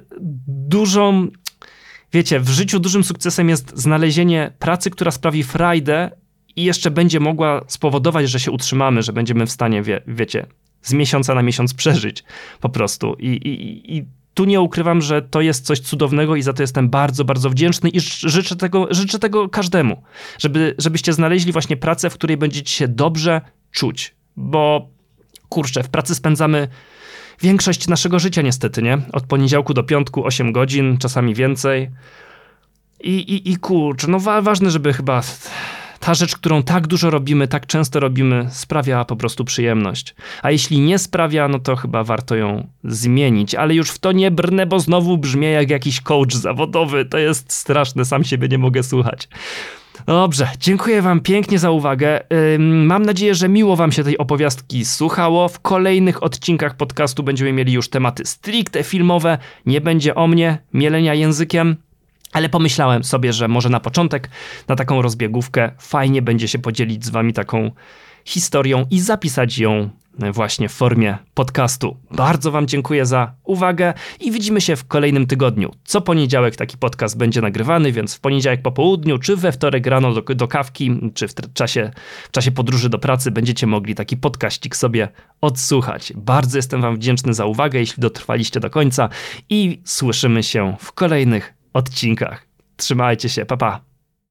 w życiu dużym sukcesem jest znalezienie pracy, która sprawi frajdę i jeszcze będzie mogła spowodować, że się utrzymamy, że będziemy w stanie, z miesiąca na miesiąc przeżyć po prostu. I tu nie ukrywam, że to jest coś cudownego i za to jestem bardzo, bardzo wdzięczny i życzę tego każdemu, żebyście znaleźli właśnie pracę, w której będziecie się dobrze czuć, bo kurczę, w pracy spędzamy większość naszego życia niestety, nie? Od poniedziałku do piątku 8 godzin, czasami więcej. I kurczę, ważne, żeby chyba ta rzecz, którą tak dużo robimy, tak często robimy, sprawia po prostu przyjemność. A jeśli nie sprawia, no to chyba warto ją zmienić. Ale już w to nie brnę, bo znowu brzmię jak jakiś coach zawodowy. To jest straszne, sam siebie nie mogę słuchać. Dobrze, dziękuję wam pięknie za uwagę. Mam nadzieję, że miło wam się tej opowiastki słuchało. W kolejnych odcinkach podcastu będziemy mieli już tematy stricte filmowe. Nie będzie o mnie, mielenia językiem. Ale pomyślałem sobie, że może na początek, na taką rozbiegówkę, fajnie będzie się podzielić z wami taką historią i zapisać ją właśnie w formie podcastu. Bardzo wam dziękuję za uwagę i widzimy się w kolejnym tygodniu. Co poniedziałek taki podcast będzie nagrywany, więc w poniedziałek po południu, czy we wtorek rano do kawki, czy w czasie podróży do pracy będziecie mogli taki podcaścik sobie odsłuchać. Bardzo jestem wam wdzięczny za uwagę, jeśli dotrwaliście do końca i słyszymy się w kolejnych odcinkach. Trzymajcie się, pa pa!